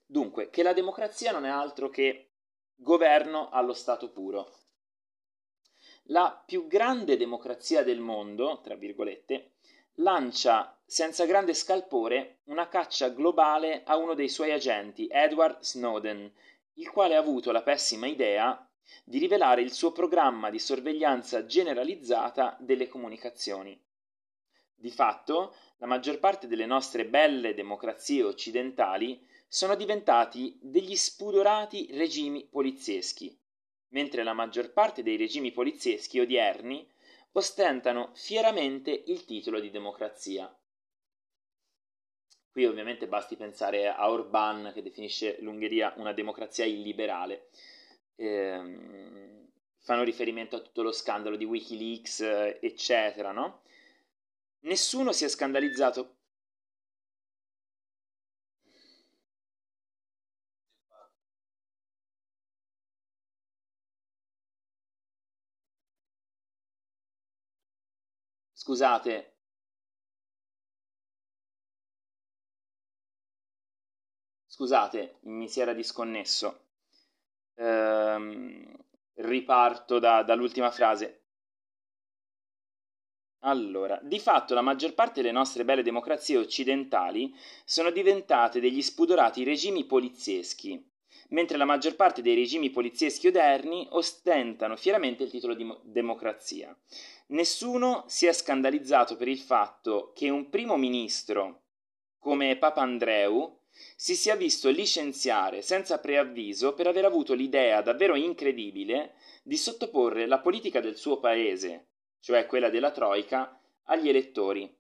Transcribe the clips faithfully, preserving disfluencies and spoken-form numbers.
Dunque, che la democrazia non è altro che governo allo stato puro. La più grande democrazia del mondo, tra virgolette, lancia senza grande scalpore una caccia globale a uno dei suoi agenti, Edward Snowden, il quale ha avuto la pessima idea di rivelare il suo programma di sorveglianza generalizzata delle comunicazioni. Di fatto, la maggior parte delle nostre belle democrazie occidentali sono diventati degli spudorati regimi polizieschi, mentre la maggior parte dei regimi polizieschi odierni ostentano fieramente il titolo di democrazia. Qui ovviamente basti pensare a Orbán che definisce l'Ungheria una democrazia illiberale. Ehm, fanno riferimento a tutto lo scandalo di Wikileaks, eccetera, no? Nessuno si è scandalizzato. Scusate, scusate, mi si era disconnesso. Ehm, riparto da- dall'ultima frase. Allora, di fatto la maggior parte delle nostre belle democrazie occidentali sono diventate degli spudorati regimi polizieschi, mentre la maggior parte dei regimi polizieschi odierni ostentano fieramente il titolo di mo- democrazia. Nessuno si è scandalizzato per il fatto che un primo ministro come Papandreou si sia visto licenziare senza preavviso per aver avuto l'idea davvero incredibile di sottoporre la politica del suo paese, cioè quella della Troica, agli elettori.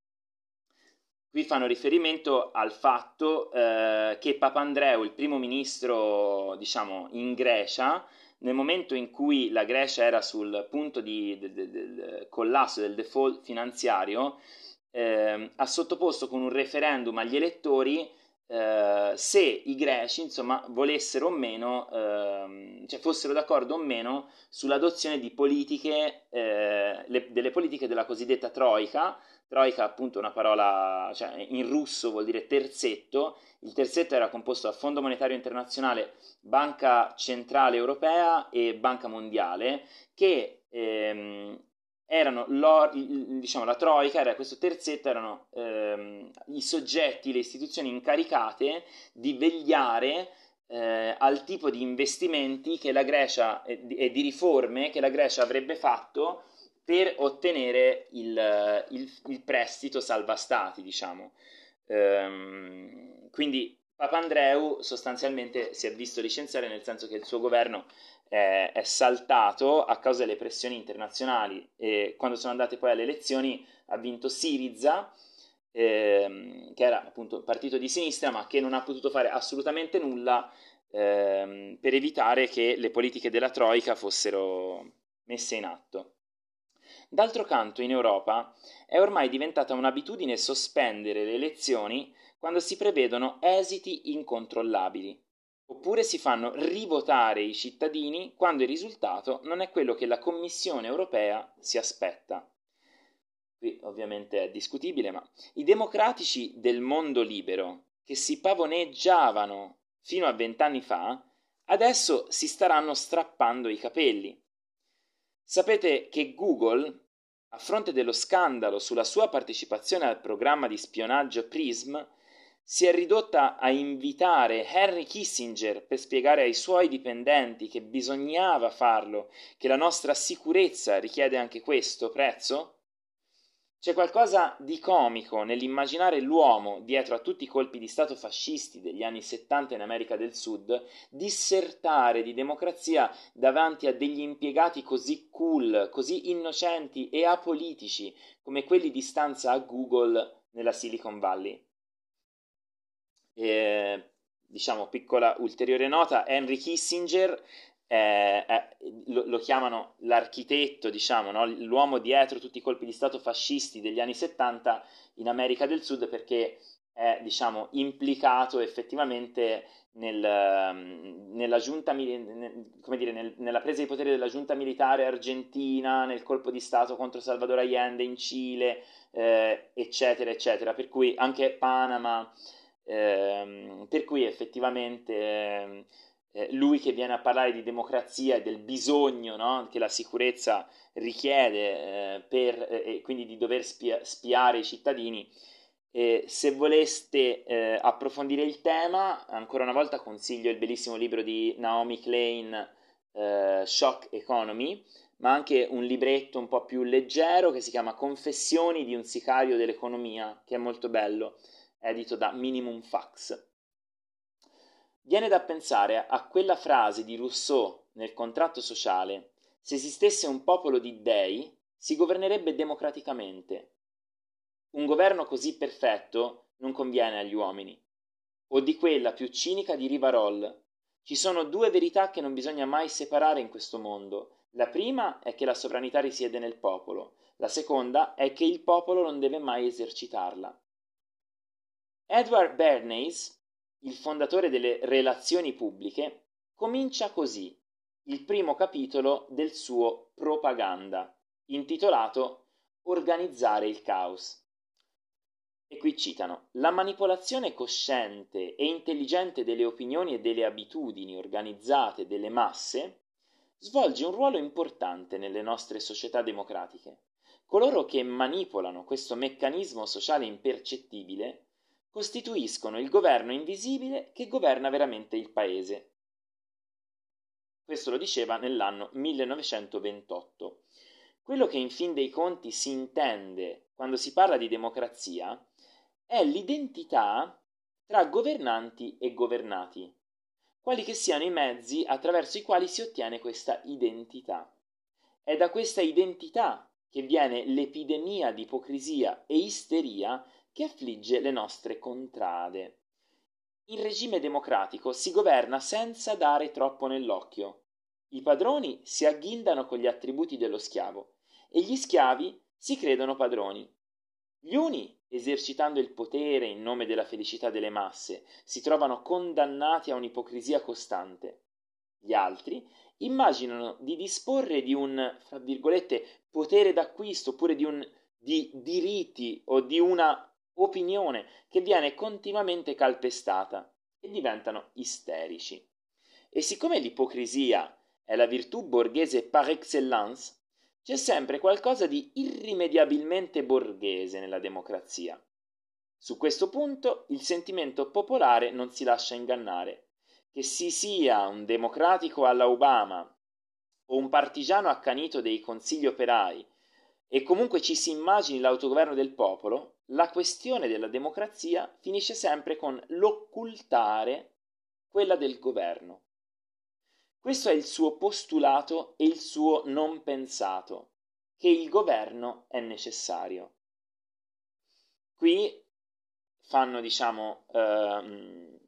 Qui fanno riferimento al fatto eh, che Papandreou, il primo ministro, diciamo, in Grecia, nel momento in cui la Grecia era sul punto di, del, del, del collasso, del default finanziario, eh, ha sottoposto con un referendum agli elettori eh, se i greci, insomma, volessero o meno, ehm, cioè fossero d'accordo o meno sull'adozione di politiche, eh, le, delle politiche della cosiddetta Troica. Troica, appunto, una parola, cioè in russo vuol dire terzetto. Il terzetto era composto da Fondo Monetario Internazionale, Banca Centrale Europea e Banca Mondiale, che ehm, erano diciamo, la Troica, era questo terzetto, erano ehm, i soggetti, le istituzioni incaricate di vegliare eh, al tipo di investimenti che la Grecia e di, e di riforme che la Grecia avrebbe fatto per ottenere il, il, il prestito salva stati, diciamo. Ehm, quindi Papandreou sostanzialmente si è visto licenziare, nel senso che il suo governo è, è saltato a causa delle pressioni internazionali, e quando sono andate poi alle elezioni ha vinto Syriza, ehm, che era appunto un partito di sinistra, ma che non ha potuto fare assolutamente nulla ehm, per evitare che le politiche della Troica fossero messe in atto. D'altro canto, in Europa è ormai diventata un'abitudine sospendere le elezioni quando si prevedono esiti incontrollabili, oppure si fanno rivotare i cittadini quando il risultato non è quello che la Commissione europea si aspetta. Qui ovviamente è discutibile, ma i democratici del mondo libero, che si pavoneggiavano fino a vent'anni fa, adesso si staranno strappando i capelli. Sapete che Google, a fronte dello scandalo sulla sua partecipazione al programma di spionaggio PRISM, si è ridotta a invitare Henry Kissinger per spiegare ai suoi dipendenti che bisognava farlo, che la nostra sicurezza richiede anche questo prezzo? C'è qualcosa di comico nell'immaginare l'uomo, dietro a tutti i colpi di stato fascisti degli anni settanta in America del Sud, dissertare di democrazia davanti a degli impiegati così cool, così innocenti e apolitici come quelli di stanza a Google nella Silicon Valley. E, diciamo, piccola ulteriore nota, Henry Kissinger eh, eh, lo, lo chiamano l'architetto, diciamo, no? L'uomo dietro tutti i colpi di stato fascisti degli anni settanta in America del Sud, perché è, diciamo, implicato effettivamente nel, nella giunta, nel, come dire, nel, nella presa di potere della giunta militare argentina, nel colpo di stato contro Salvador Allende in Cile, eh, eccetera, eccetera. Per cui anche Panama, ehm, per cui effettivamente ehm, eh, lui che viene a parlare di democrazia e del bisogno, no, che la sicurezza richiede eh, per, eh, e quindi di dover spia- spiare i cittadini. Eh, se voleste eh, approfondire il tema, ancora una volta consiglio il bellissimo libro di Naomi Klein, eh, Shock Economy, ma anche un libretto un po' più leggero che si chiama Confessioni di un sicario dell'economia, che è molto bello, edito da Minimum Fax. Viene da pensare a quella frase di Rousseau nel Contratto sociale: se esistesse un popolo di dei, si governerebbe democraticamente. Un governo così perfetto non conviene agli uomini. O di quella più cinica di Rivarol: ci sono due verità che non bisogna mai separare in questo mondo. La prima è che la sovranità risiede nel popolo, la seconda è che il popolo non deve mai esercitarla. Edward Bernays, il fondatore delle relazioni pubbliche, comincia così il primo capitolo del suo Propaganda, intitolato Organizzare il caos. E qui citano: la manipolazione cosciente e intelligente delle opinioni e delle abitudini organizzate delle masse svolge un ruolo importante nelle nostre società democratiche. Coloro che manipolano questo meccanismo sociale impercettibile costituiscono il governo invisibile che governa veramente il paese. Questo lo diceva nell'anno millenovecentoventotto. Quello che in fin dei conti si intende quando si parla di democrazia è l'identità tra governanti e governati, quali che siano i mezzi attraverso i quali si ottiene questa identità. È da questa identità che viene l'epidemia di ipocrisia e isteria che affligge le nostre contrade. In regime democratico si governa senza dare troppo nell'occhio. I padroni si agghindano con gli attributi dello schiavo e gli schiavi si credono padroni. Gli uni, esercitando il potere in nome della felicità delle masse, si trovano condannati a un'ipocrisia costante. Gli altri immaginano di disporre di un, fra virgolette, potere d'acquisto oppure di un di diritti o di una opinione che viene continuamente calpestata e diventano isterici. E siccome l'ipocrisia è la virtù borghese par excellence, c'è sempre qualcosa di irrimediabilmente borghese nella democrazia. Su questo punto il sentimento popolare non si lascia ingannare. Che si sia un democratico alla Obama o un partigiano accanito dei consigli operai, e comunque ci si immagini l'autogoverno del popolo, la questione della democrazia finisce sempre con l'occultare quella del governo. Questo è il suo postulato e il suo non pensato, che il governo è necessario. Qui fanno, diciamo, ehm,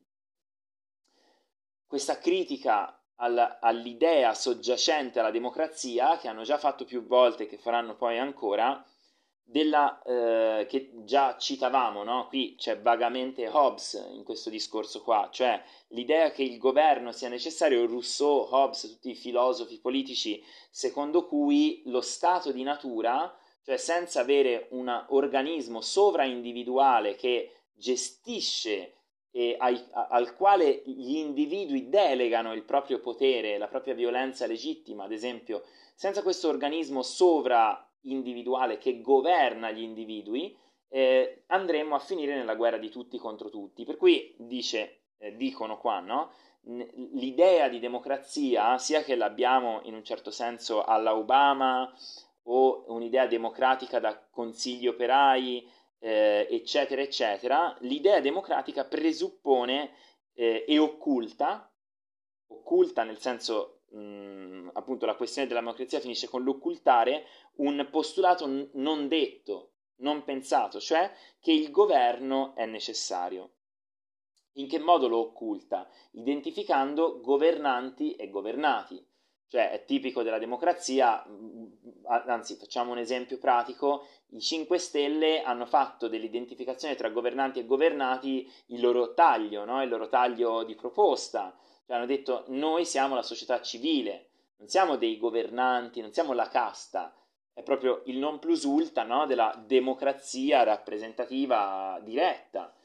questa critica al, all'idea soggiacente alla democrazia, che hanno già fatto più volte e che faranno poi ancora, della, eh, che già citavamo, no? Qui c'è vagamente Hobbes in questo discorso qua, cioè l'idea che il governo sia necessario, Rousseau, Hobbes, tutti i filosofi politici, secondo cui lo stato di natura, cioè senza avere un organismo sovraindividuale che gestisce e ai, a, al quale gli individui delegano il proprio potere, la propria violenza legittima, ad esempio, senza questo organismo sovra individuale che governa gli individui, eh, andremo a finire nella guerra di tutti contro tutti. Per cui dice, eh, dicono qua, no? L'idea di democrazia, sia che l'abbiamo in un certo senso alla Obama o un'idea democratica da consigli operai, eh, eccetera, eccetera, l'idea democratica presuppone eh, e occulta, occulta nel senso, mh, appunto, la questione della democrazia finisce con l'occultare un postulato n- non detto, non pensato, cioè che il governo è necessario. In che modo lo occulta? Identificando governanti e governati. Cioè è tipico della democrazia, anzi facciamo un esempio pratico: i cinque Stelle hanno fatto dell'identificazione tra governanti e governati il loro taglio, no? Il loro taglio di proposta, cioè hanno detto: noi siamo la società civile, non siamo dei governanti, non siamo la casta, è proprio il non plus ultra, no? Della democrazia rappresentativa diretta.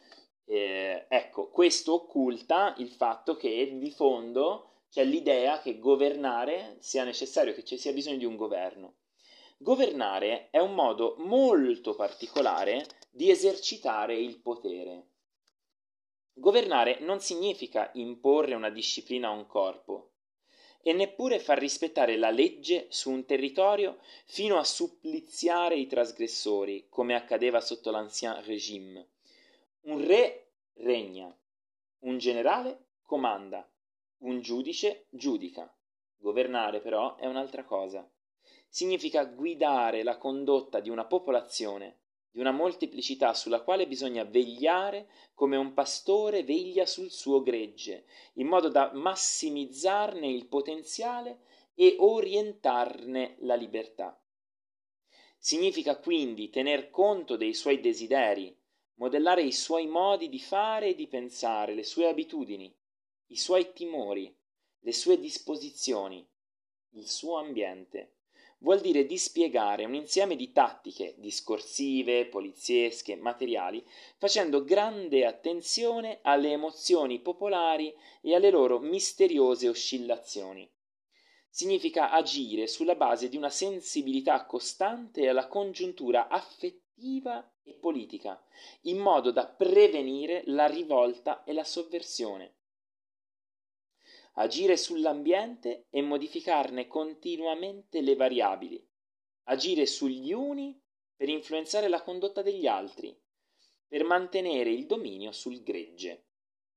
Eh, ecco, questo occulta il fatto che di fondo c'è l'idea che governare sia necessario, che ci sia bisogno di un governo. Governare è un modo molto particolare di esercitare il potere. Governare non significa imporre una disciplina a un corpo e neppure far rispettare la legge su un territorio fino a suppliziare i trasgressori, come accadeva sotto l'Ancien Régime. Un re regna, un generale comanda, un giudice giudica. Governare però è un'altra cosa. Significa guidare la condotta di una popolazione, di una molteplicità sulla quale bisogna vegliare come un pastore veglia sul suo gregge, in modo da massimizzarne il potenziale e orientarne la libertà. Significa quindi tener conto dei suoi desideri, modellare i suoi modi di fare e di pensare, le sue abitudini, i suoi timori, le sue disposizioni, il suo ambiente. Vuol dire dispiegare un insieme di tattiche discorsive, poliziesche, materiali, facendo grande attenzione alle emozioni popolari e alle loro misteriose oscillazioni. Significa agire sulla base di una sensibilità costante alla congiuntura affettiva e politica, in modo da prevenire la rivolta e la sovversione. Agire sull'ambiente e modificarne continuamente le variabili. Agire sugli uni per influenzare la condotta degli altri, per mantenere il dominio sul gregge.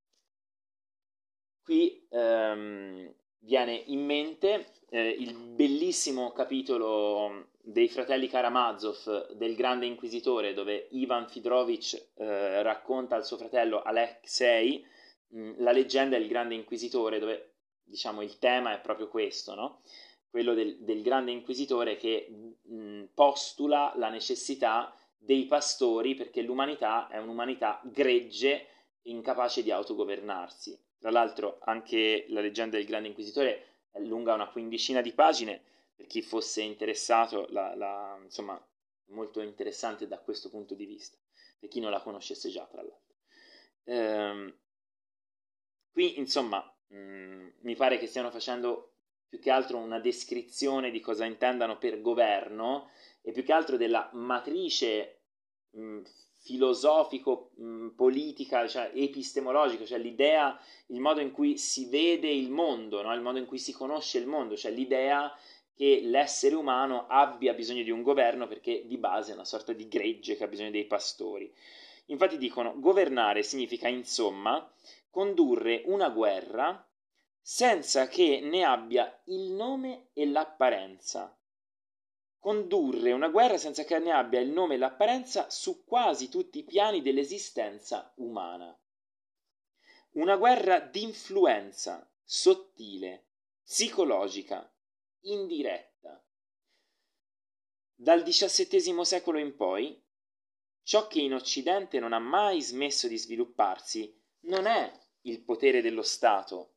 Qui ehm, viene in mente eh, il bellissimo capitolo dei fratelli Karamazov del Grande Inquisitore, dove Ivan Fidorovic eh, racconta al suo fratello Alexei mh, la leggenda del Grande Inquisitore, dove diciamo il tema è proprio questo, no? Quello del, del Grande Inquisitore che mh, postula la necessità dei pastori perché l'umanità è un'umanità gregge, incapace di autogovernarsi. Tra l'altro anche la leggenda del Grande Inquisitore è lunga una quindicina di pagine, per chi fosse interessato, la, la, insomma, molto interessante da questo punto di vista, per chi non la conoscesse già, tra l'altro. Ehm, qui, insomma, mh, mi pare che stiano facendo più che altro una descrizione di cosa intendano per governo e più che altro della matrice mh, filosofico, mh, politica, cioè epistemologica, cioè l'idea, il modo in cui si vede il mondo, no? Il modo in cui si conosce il mondo, cioè l'idea che l'essere umano abbia bisogno di un governo perché di base è una sorta di gregge che ha bisogno dei pastori. Infatti dicono, governare significa insomma condurre una guerra senza che ne abbia il nome e l'apparenza. Condurre una guerra senza che ne abbia il nome e l'apparenza su quasi tutti i piani dell'esistenza umana. Una guerra d'influenza, sottile, psicologica, indiretta. Dal diciassettesimo secolo in poi, ciò che in Occidente non ha mai smesso di svilupparsi non è il potere dello Stato,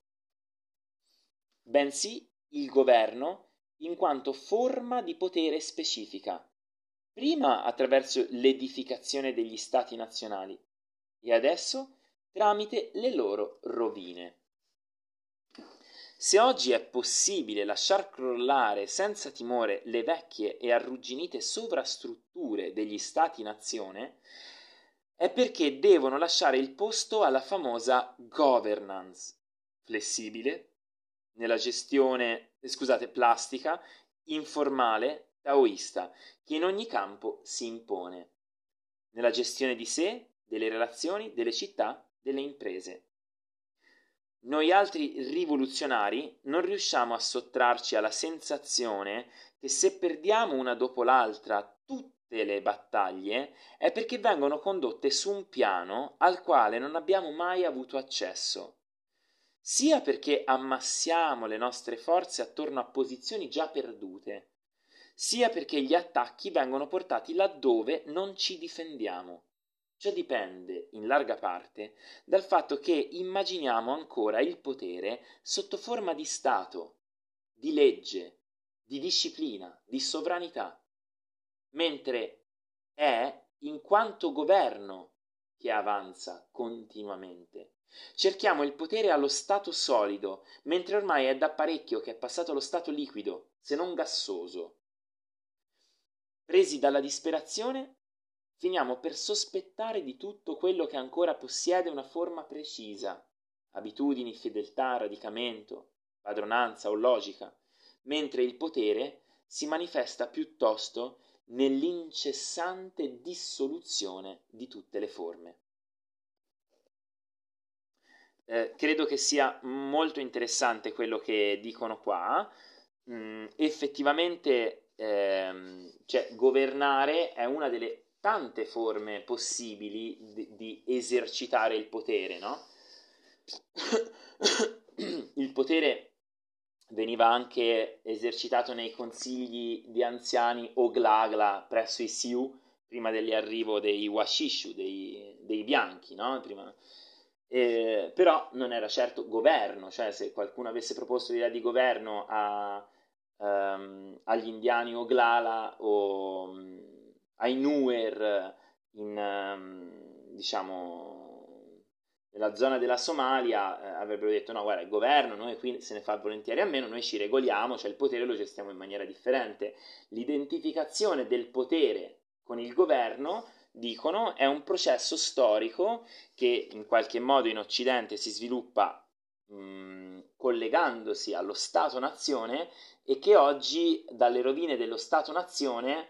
bensì il governo in quanto forma di potere specifica, prima attraverso l'edificazione degli stati nazionali e adesso tramite le loro rovine. Se oggi è possibile lasciar crollare senza timore le vecchie e arrugginite sovrastrutture degli stati-nazione, è perché devono lasciare il posto alla famosa governance, flessibile, nella gestione, scusate, plastica, informale, taoista, che in ogni campo si impone, nella gestione di sé, delle relazioni, delle città, delle imprese. Noi altri rivoluzionari non riusciamo a sottrarci alla sensazione che se perdiamo una dopo l'altra tutte le battaglie è perché vengono condotte su un piano al quale non abbiamo mai avuto accesso, sia perché ammassiamo le nostre forze attorno a posizioni già perdute, sia perché gli attacchi vengono portati laddove non ci difendiamo. Ciò dipende, in larga parte, dal fatto che immaginiamo ancora il potere sotto forma di Stato, di legge, di disciplina, di sovranità, mentre è in quanto governo che avanza continuamente. Cerchiamo il potere allo stato solido, mentre ormai è da parecchio che è passato allo stato liquido, se non gassoso. Presi dalla disperazione, finiamo per sospettare di tutto quello che ancora possiede una forma precisa, abitudini, fedeltà, radicamento, padronanza o logica, mentre il potere si manifesta piuttosto nell'incessante dissoluzione di tutte le forme. Eh, credo che sia molto interessante quello che dicono qua. Mm, effettivamente, ehm, cioè, governare è una delle tante forme possibili di, di esercitare il potere, no? Il potere veniva anche esercitato nei consigli di anziani Oglagla presso i Sioux prima dell'arrivo dei Washishu, dei, dei bianchi, no? Prima, eh, però non era certo governo, cioè se qualcuno avesse proposto l'idea di governo a, um, agli indiani Oglala o um, ai Nuer in, um, diciamo, nella zona della Somalia, eh, avrebbero detto no, guarda, il governo, noi qui se ne fa volentieri a meno, noi ci regoliamo, cioè il potere lo gestiamo in maniera differente. L'identificazione del potere con il governo, dicono, è un processo storico che in qualche modo in Occidente si sviluppa mh, collegandosi allo Stato-nazione e che oggi dalle rovine dello Stato-nazione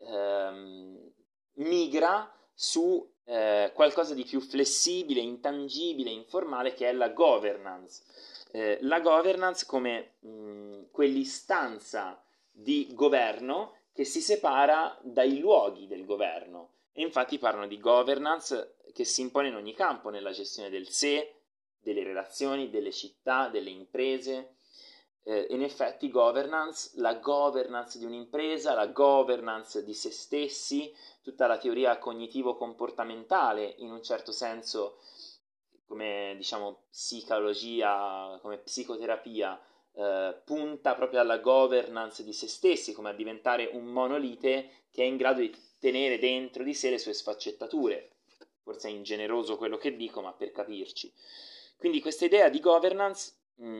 ehm, migra su eh, qualcosa di più flessibile, intangibile, informale, che è la governance. Eh, la governance come mh, quell'istanza di governo che si separa dai luoghi del governo. E infatti parlano di governance che si impone in ogni campo, nella gestione del sé, delle relazioni, delle città, delle imprese. Eh, in effetti governance, la governance di un'impresa, la governance di se stessi, tutta la teoria cognitivo-comportamentale, in un certo senso, come diciamo psicologia, come psicoterapia, eh, punta proprio alla governance di se stessi, come a diventare un monolite che è in grado di tenere dentro di sé le sue sfaccettature. Forse è ingeneroso quello che dico, ma per capirci. Quindi questa idea di governance,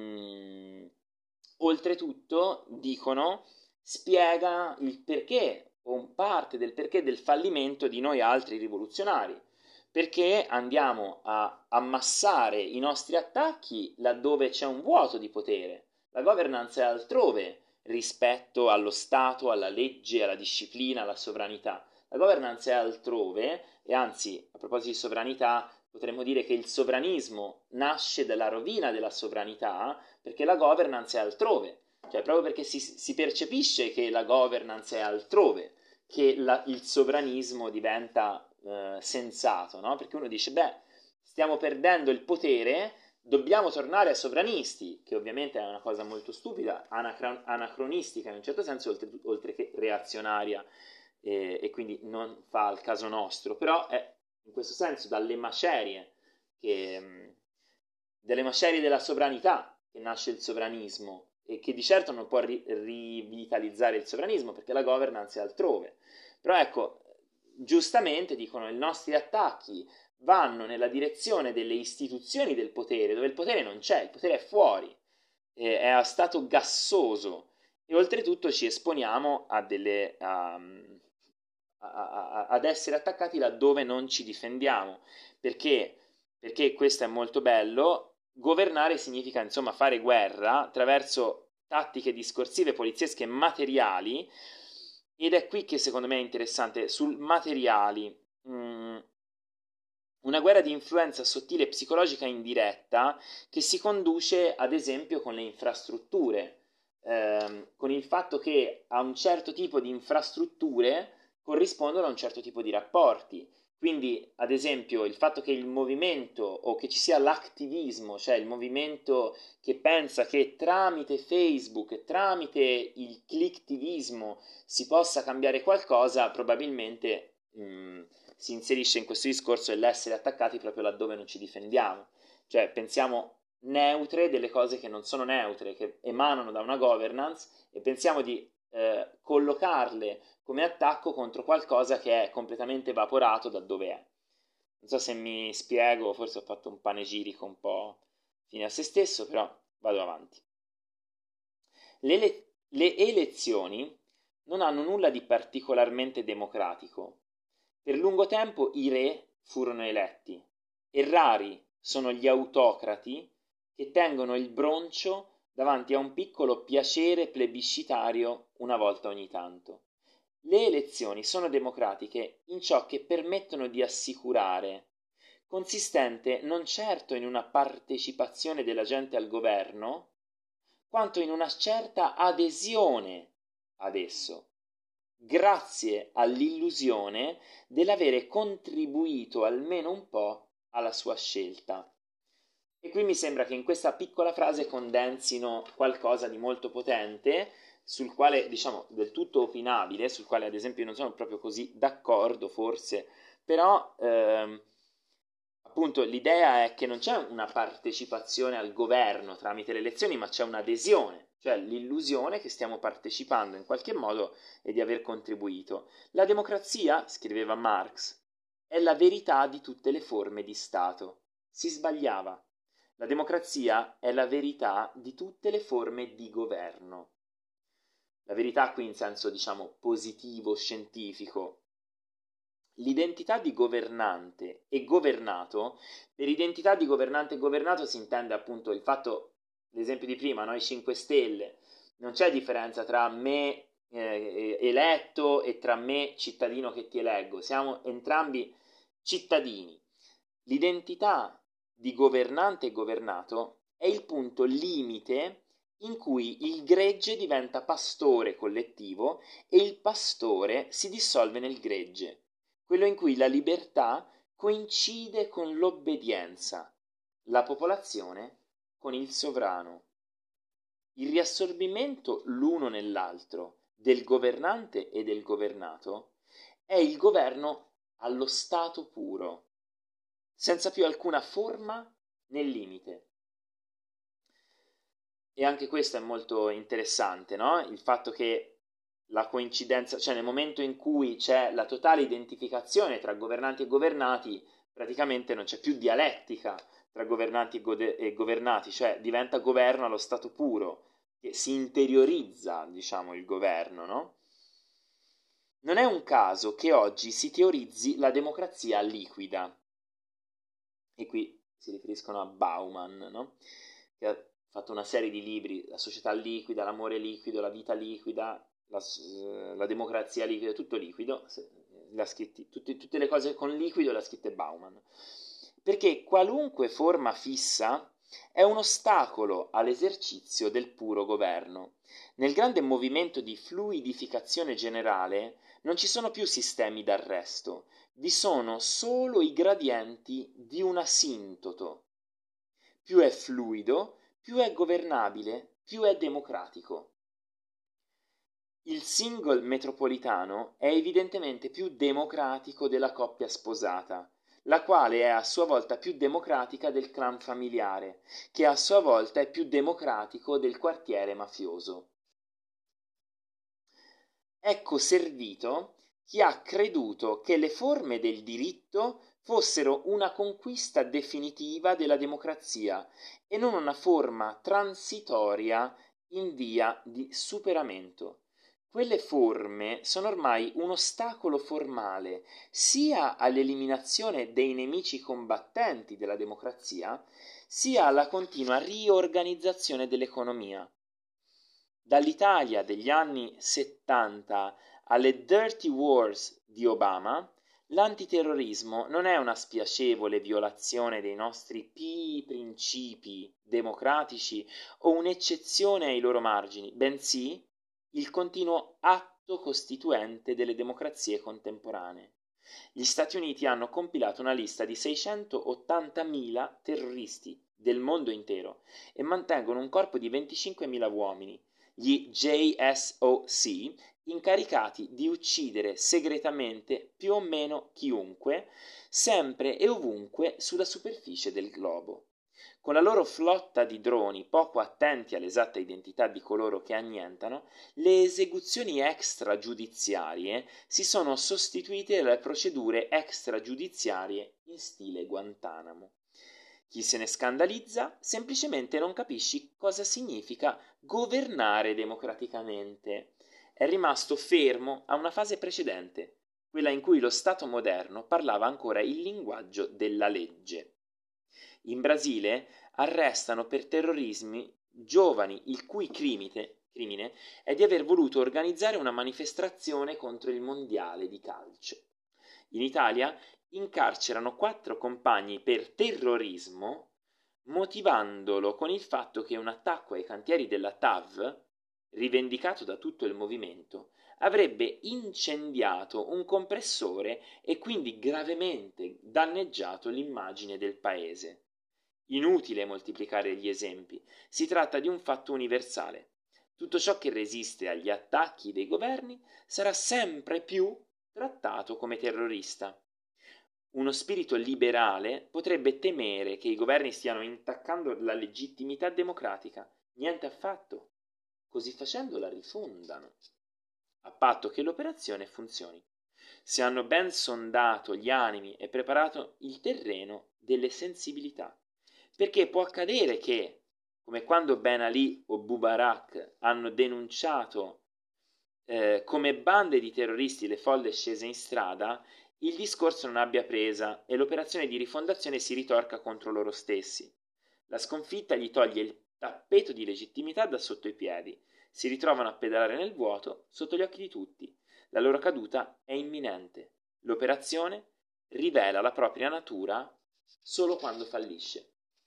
mh, oltretutto, dicono, spiega il perché, o parte del perché del fallimento di noi altri rivoluzionari, perché andiamo a ammassare i nostri attacchi laddove c'è un vuoto di potere. La governance è altrove rispetto allo Stato, alla legge, alla disciplina, alla sovranità. La governance è altrove e anzi, a proposito di sovranità, potremmo dire che il sovranismo nasce dalla rovina della sovranità perché la governance è altrove, cioè proprio perché si, si percepisce che la governance è altrove, che la, il sovranismo diventa eh, sensato, no? Perché uno dice, beh, stiamo perdendo il potere, dobbiamo tornare ai sovranisti, che ovviamente è una cosa molto stupida, anacron- anacronistica in un certo senso, oltre, oltre che reazionaria, e, e quindi non fa al caso nostro, però è in questo senso dalle macerie, che, dalle macerie della sovranità che nasce il sovranismo, e che di certo non può ri- rivitalizzare il sovranismo perché la governance è altrove. Però ecco, giustamente dicono i nostri attacchi vanno nella direzione delle istituzioni del potere, dove il potere non c'è, il potere è fuori, eh, è a stato gassoso e oltretutto ci esponiamo a delle, um, a, a, ad essere attaccati laddove non ci difendiamo, perché, perché questo è molto bello, governare significa insomma fare guerra attraverso tattiche discorsive, poliziesche, materiali, ed è qui che secondo me è interessante, sul materiali, mh, una guerra di influenza sottile e psicologica indiretta che si conduce ad esempio con le infrastrutture, ehm, con il fatto che a un certo tipo di infrastrutture corrispondono a un certo tipo di rapporti. Quindi, ad esempio, il fatto che il movimento o che ci sia l'attivismo, cioè il movimento che pensa che tramite Facebook, tramite il clicktivismo si possa cambiare qualcosa, probabilmente mh, si inserisce in questo discorso dell'essere attaccati proprio laddove non ci difendiamo. Cioè, pensiamo neutre delle cose che non sono neutre, che emanano da una governance, e pensiamo di eh, collocarle come attacco contro qualcosa che è completamente evaporato da dove è. Non so se mi spiego, forse ho fatto un panegirico un po' fine a se stesso, però vado avanti. Le, ele- le elezioni non hanno nulla di particolarmente democratico. Per lungo tempo i re furono eletti e rari sono gli autocrati che tengono il broncio davanti a un piccolo piacere plebiscitario una volta ogni tanto. Le elezioni sono democratiche in ciò che permettono di assicurare, consistente non certo in una partecipazione della gente al governo, quanto in una certa adesione ad esso, grazie all'illusione dell'avere contribuito almeno un po' alla sua scelta. E qui mi sembra che in questa piccola frase condensino qualcosa di molto potente, sul quale, diciamo, del tutto opinabile, sul quale ad esempio non sono proprio così d'accordo forse, però ehm, appunto l'idea è che non c'è una partecipazione al governo tramite le elezioni, ma c'è un'adesione, cioè l'illusione che stiamo partecipando in qualche modo e di aver contribuito. La democrazia, scriveva Marx, è la verità di tutte le forme di Stato. Si sbagliava. La democrazia è la verità di tutte le forme di governo. La verità qui in senso, diciamo, positivo, scientifico. L'identità di governante e governato, per identità di governante e governato si intende appunto il fatto, l'esempio di prima, noi cinque Stelle, non c'è differenza tra me eh, eletto e tra me cittadino che ti eleggo, siamo entrambi cittadini. L'identità di governante e governato è il punto limite in cui il gregge diventa pastore collettivo e il pastore si dissolve nel gregge, quello in cui la libertà coincide con l'obbedienza, la popolazione con il sovrano. Il riassorbimento l'uno nell'altro del governante e del governato è il governo allo stato puro, senza più alcuna forma né limite. E anche questo è molto interessante, no? Il fatto che la coincidenza, cioè nel momento in cui c'è la totale identificazione tra governanti e governati, praticamente non c'è più dialettica tra governanti e, gode- e governati, cioè diventa governo allo stato puro, che si interiorizza, diciamo, il governo, no? Non è un caso che oggi si teorizzi la democrazia liquida, e qui si riferiscono a Bauman, no? Che ha fatto una serie di libri, La società liquida, L'amore liquido, La vita liquida, La, la democrazia liquida, tutto liquido, l'ha scritti, tutte, tutte le cose con liquido le ha scritte Bauman, perché qualunque forma fissa è un ostacolo all'esercizio del puro governo. Nel grande movimento di fluidificazione generale non ci sono più sistemi d'arresto, vi sono solo i gradienti di un asintoto. Più è fluido, più è governabile, più è democratico. Il single metropolitano è evidentemente più democratico della coppia sposata, la quale è a sua volta più democratica del clan familiare, che a sua volta è più democratico del quartiere mafioso. Ecco servito chi ha creduto che le forme del diritto fossero una conquista definitiva della democrazia e non una forma transitoria in via di superamento. Quelle forme sono ormai un ostacolo formale sia all'eliminazione dei nemici combattenti della democrazia, sia alla continua riorganizzazione dell'economia. Dall'Italia degli anni settanta alle Dirty Wars di Obama, l'antiterrorismo non è una spiacevole violazione dei nostri pii principi democratici o un'eccezione ai loro margini, bensì il continuo atto costituente delle democrazie contemporanee. Gli Stati Uniti hanno compilato una lista di seicentottantamila terroristi del mondo intero e mantengono un corpo di venticinquemila uomini, gli J S O C, incaricati di uccidere segretamente più o meno chiunque, sempre e ovunque sulla superficie del globo. Con la loro flotta di droni, poco attenti all'esatta identità di coloro che annientano, le esecuzioni extragiudiziarie si sono sostituite dalle procedure extragiudiziarie in stile Guantanamo. Chi se ne scandalizza semplicemente non capisce cosa significa governare democraticamente. È rimasto fermo a una fase precedente, quella in cui lo Stato moderno parlava ancora il linguaggio della legge. In Brasile arrestano per terrorismi giovani il cui crimine, crimine è di aver voluto organizzare una manifestazione contro il mondiale di calcio. In Italia incarcerano quattro compagni per terrorismo, motivandolo con il fatto che un attacco ai cantieri della T A V, rivendicato da tutto il movimento, avrebbe incendiato un compressore e quindi gravemente danneggiato l'immagine del paese. Inutile moltiplicare gli esempi, si tratta di un fatto universale. Tutto ciò che resiste agli attacchi dei governi sarà sempre più trattato come terrorista. Uno spirito liberale potrebbe temere che i governi stiano intaccando la legittimità democratica. Niente affatto. Così facendo la rifondano, a patto che l'operazione funzioni. Se hanno ben sondato gli animi e preparato il terreno delle sensibilità. Perché può accadere che, come quando Ben Ali o Mubarak hanno denunciato eh, come bande di terroristi le folle scese in strada, il discorso non abbia presa e l'operazione di rifondazione si ritorca contro loro stessi. La sconfitta gli toglie il tappeto di legittimità da sotto i piedi. Si ritrovano a pedalare nel vuoto sotto gli occhi di tutti. La loro caduta è imminente. L'operazione rivela la propria natura solo quando fallisce.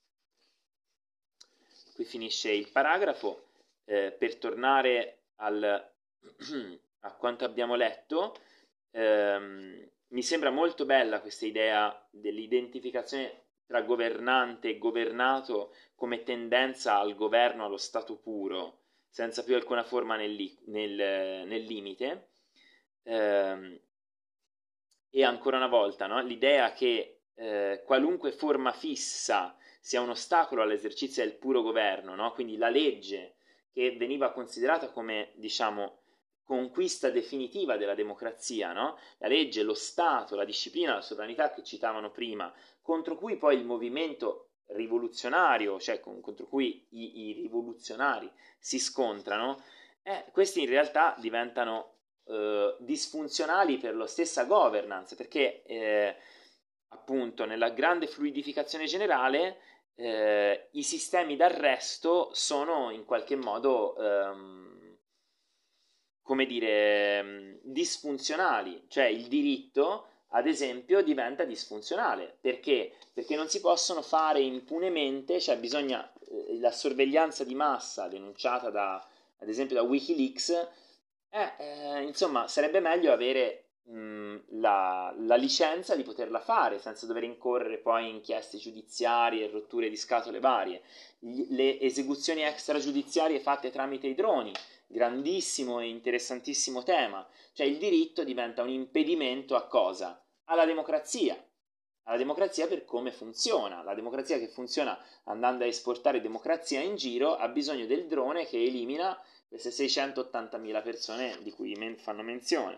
Qui finisce il paragrafo. Eh, per tornare al, a quanto abbiamo letto, ehm, mi sembra molto bella questa idea dell'identificazione tra governante e governato come tendenza al governo, allo stato puro, senza più alcuna forma nel, li- nel, nel limite. Ehm, e ancora una volta, no? L'idea che eh, qualunque forma fissa sia un ostacolo all'esercizio del puro governo, no? Quindi la legge, che veniva considerata come, diciamo, conquista definitiva della democrazia, no? La legge, lo Stato, la disciplina, la sovranità che citavano prima, contro cui poi il movimento rivoluzionario, cioè con, contro cui i, i rivoluzionari si scontrano, eh, questi in realtà diventano eh, disfunzionali per la stessa governance, perché eh, appunto nella grande fluidificazione generale eh, i sistemi d'arresto sono in qualche modo ehm, come dire disfunzionali, cioè il diritto ad esempio diventa disfunzionale perché? Perché non si possono fare impunemente, cioè bisogna eh, la sorveglianza di massa denunciata da ad esempio da Wikileaks. Eh, eh, insomma, sarebbe meglio avere mh, la, la licenza di poterla fare senza dover incorrere poi in inchieste giudiziarie e rotture di scatole varie. Gli- le esecuzioni extragiudiziarie fatte tramite i droni, grandissimo e interessantissimo tema. Cioè il diritto diventa un impedimento a cosa? Alla democrazia. Alla democrazia per come funziona. La democrazia che funziona andando a esportare democrazia in giro ha bisogno del drone che elimina queste seicentottantamila persone di cui men- fanno menzione.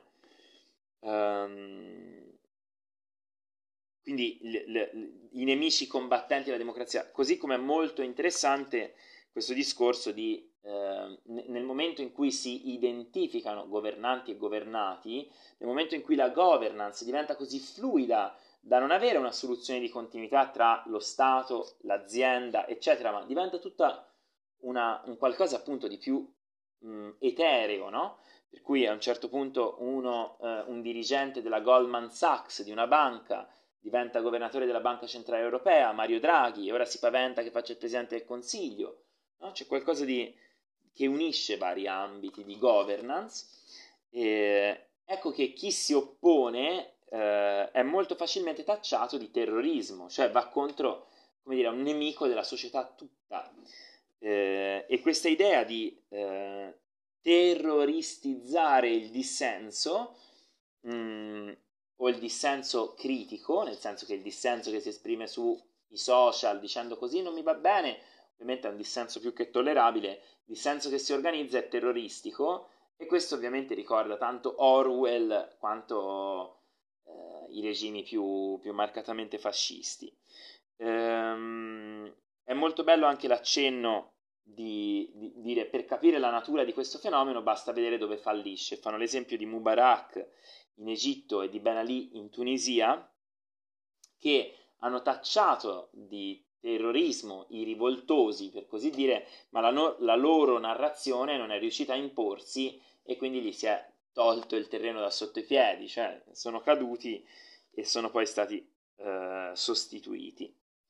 Um, quindi l- l- i nemici combattenti della democrazia, così come è molto interessante questo discorso di eh, nel momento in cui si identificano governanti e governati, nel momento in cui la governance diventa così fluida da non avere una soluzione di continuità tra lo Stato, l'azienda, eccetera, ma diventa tutta una, un qualcosa appunto di più mh, etereo, no? Per cui a un certo punto uno, eh, un dirigente della Goldman Sachs, di una banca, diventa governatore della Banca Centrale Europea, Mario Draghi, e ora si paventa che faccia il Presidente del Consiglio, no? C'è qualcosa di, che unisce vari ambiti di governance. E ecco che chi si oppone eh, è molto facilmente tacciato di terrorismo, cioè va contro, come dire, un nemico della società tutta. Eh, e questa idea di eh, terroristizzare il dissenso mh, o il dissenso critico, nel senso che il dissenso che si esprime su i social dicendo così non mi va bene, ovviamente è un dissenso più che tollerabile, il dissenso che si organizza è terroristico, e questo ovviamente ricorda tanto Orwell quanto eh, i regimi più, più marcatamente fascisti. Ehm, è molto bello anche l'accenno di, di dire per capire la natura di questo fenomeno basta vedere dove fallisce. Fanno l'esempio di Mubarak in Egitto e di Ben Ali in Tunisia, che hanno tacciato di terrorismo i rivoltosi, per così dire, ma la, no- la loro narrazione non è riuscita a imporsi e quindi gli si è tolto il terreno da sotto i piedi, cioè sono caduti e sono poi stati eh, sostituiti.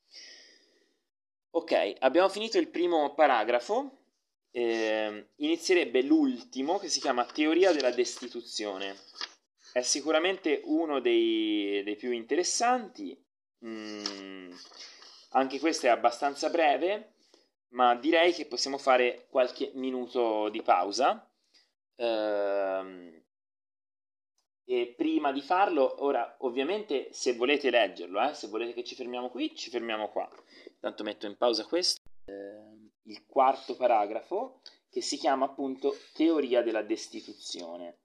Ok, abbiamo finito il primo paragrafo, eh, inizierebbe l'ultimo che si chiama Teoria della destituzione. È sicuramente uno dei, dei più interessanti, mm, anche questo è abbastanza breve, ma direi che possiamo fare qualche minuto di pausa. Ehm, e prima di farlo, ora ovviamente se volete leggerlo, eh, se volete che ci fermiamo qui, ci fermiamo qua. Intanto metto in pausa questo. Eh, il quarto paragrafo che si chiama appunto Teoria della destituzione.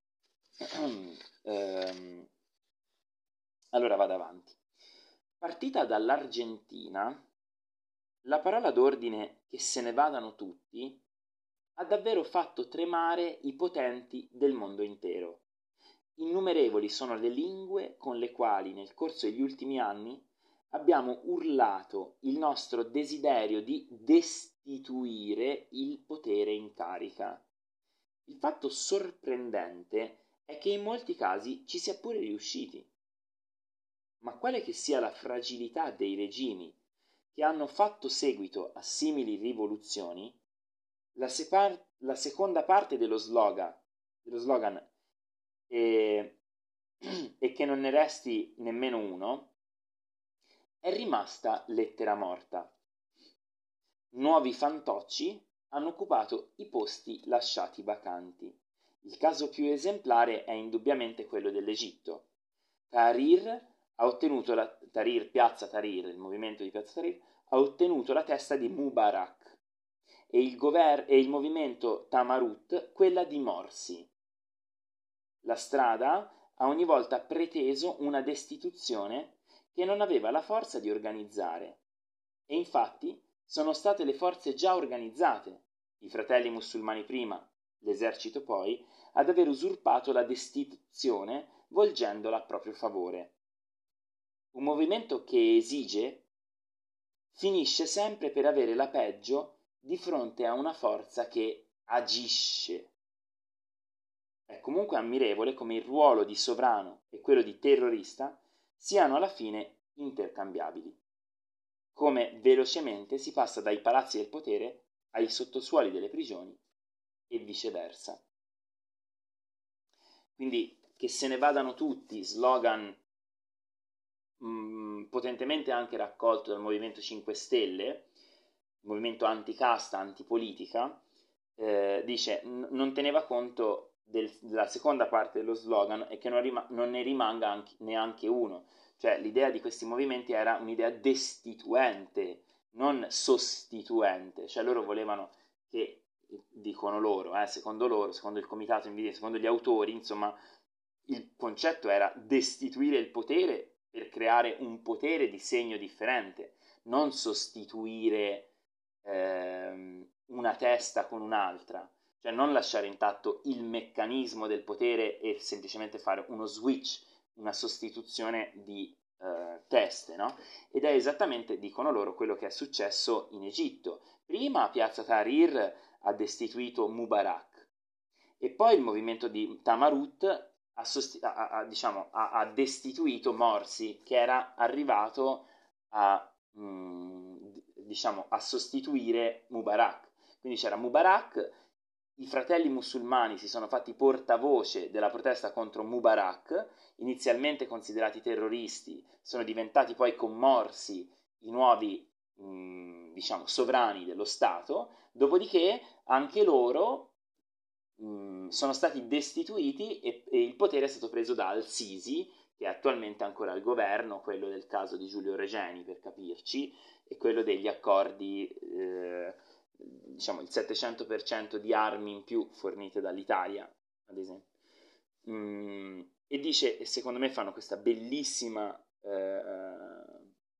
ehm, allora vado avanti. Partita dall'Argentina, la parola d'ordine che se ne vadano tutti ha davvero fatto tremare i potenti del mondo intero. Innumerevoli sono le lingue con le quali nel corso degli ultimi anni abbiamo urlato il nostro desiderio di destituire il potere in carica. Il fatto sorprendente è che in molti casi ci sia pure riusciti. Ma quale che sia la fragilità dei regimi che hanno fatto seguito a simili rivoluzioni, la, separ- la seconda parte dello slogan, dello slogan e, e che non ne resti nemmeno uno, è rimasta lettera morta. Nuovi fantocci hanno occupato i posti lasciati vacanti. Il caso più esemplare è indubbiamente quello dell'Egitto. Tahrir ha ottenuto la, Tahrir, Piazza Tahrir, il movimento di Piazza Tahrir, ha ottenuto la testa di Mubarak e il, gover- e il movimento Tamarut quella di Morsi. La strada ha ogni volta preteso una destituzione che non aveva la forza di organizzare. E infatti sono state le forze già organizzate, i fratelli musulmani prima, l'esercito poi, ad aver usurpato la destituzione volgendola a proprio favore. Un movimento che esige finisce sempre per avere la peggio di fronte a una forza che agisce. È comunque ammirevole come il ruolo di sovrano e quello di terrorista siano alla fine intercambiabili. Come velocemente si passa dai palazzi del potere ai sottosuoli delle prigioni e viceversa. Quindi che se ne vadano tutti, slogan mh, potentemente anche raccolto dal Movimento cinque Stelle, movimento anticasta, antipolitica, eh, dice n- non teneva conto del, della seconda parte dello slogan e che non, rima- non ne rimanga anche, neanche uno. Cioè l'idea di questi movimenti era un'idea destituente, non sostituente, cioè loro volevano che, dicono loro, eh, secondo loro, secondo il comitato invidia, secondo gli autori, insomma, il concetto era destituire il potere per creare un potere di segno differente, non sostituire ehm, una testa con un'altra, cioè non lasciare intatto il meccanismo del potere e semplicemente fare uno switch, una sostituzione di eh, teste, no? Ed è esattamente, dicono loro, quello che è successo in Egitto. Prima Piazza Tahrir ha destituito Mubarak e poi il movimento di Tamarut ha, sosti- ha, ha, diciamo, ha, ha destituito Morsi, che era arrivato a, mh, diciamo, a sostituire Mubarak. Quindi c'era Mubarak, i fratelli musulmani si sono fatti portavoce della protesta contro Mubarak, inizialmente considerati terroristi, sono diventati poi con Morsi i nuovi mh, diciamo, sovrani dello Stato, dopodiché anche loro mh, sono stati destituiti e, e il potere è stato preso da Al-Sisi, che è attualmente ancora al governo, quello del caso di Giulio Regeni, per capirci, e quello degli accordi, eh, diciamo il settecento per cento di armi in più fornite dall'Italia, ad esempio. Mm, e dice, e secondo me fanno questa bellissima, eh,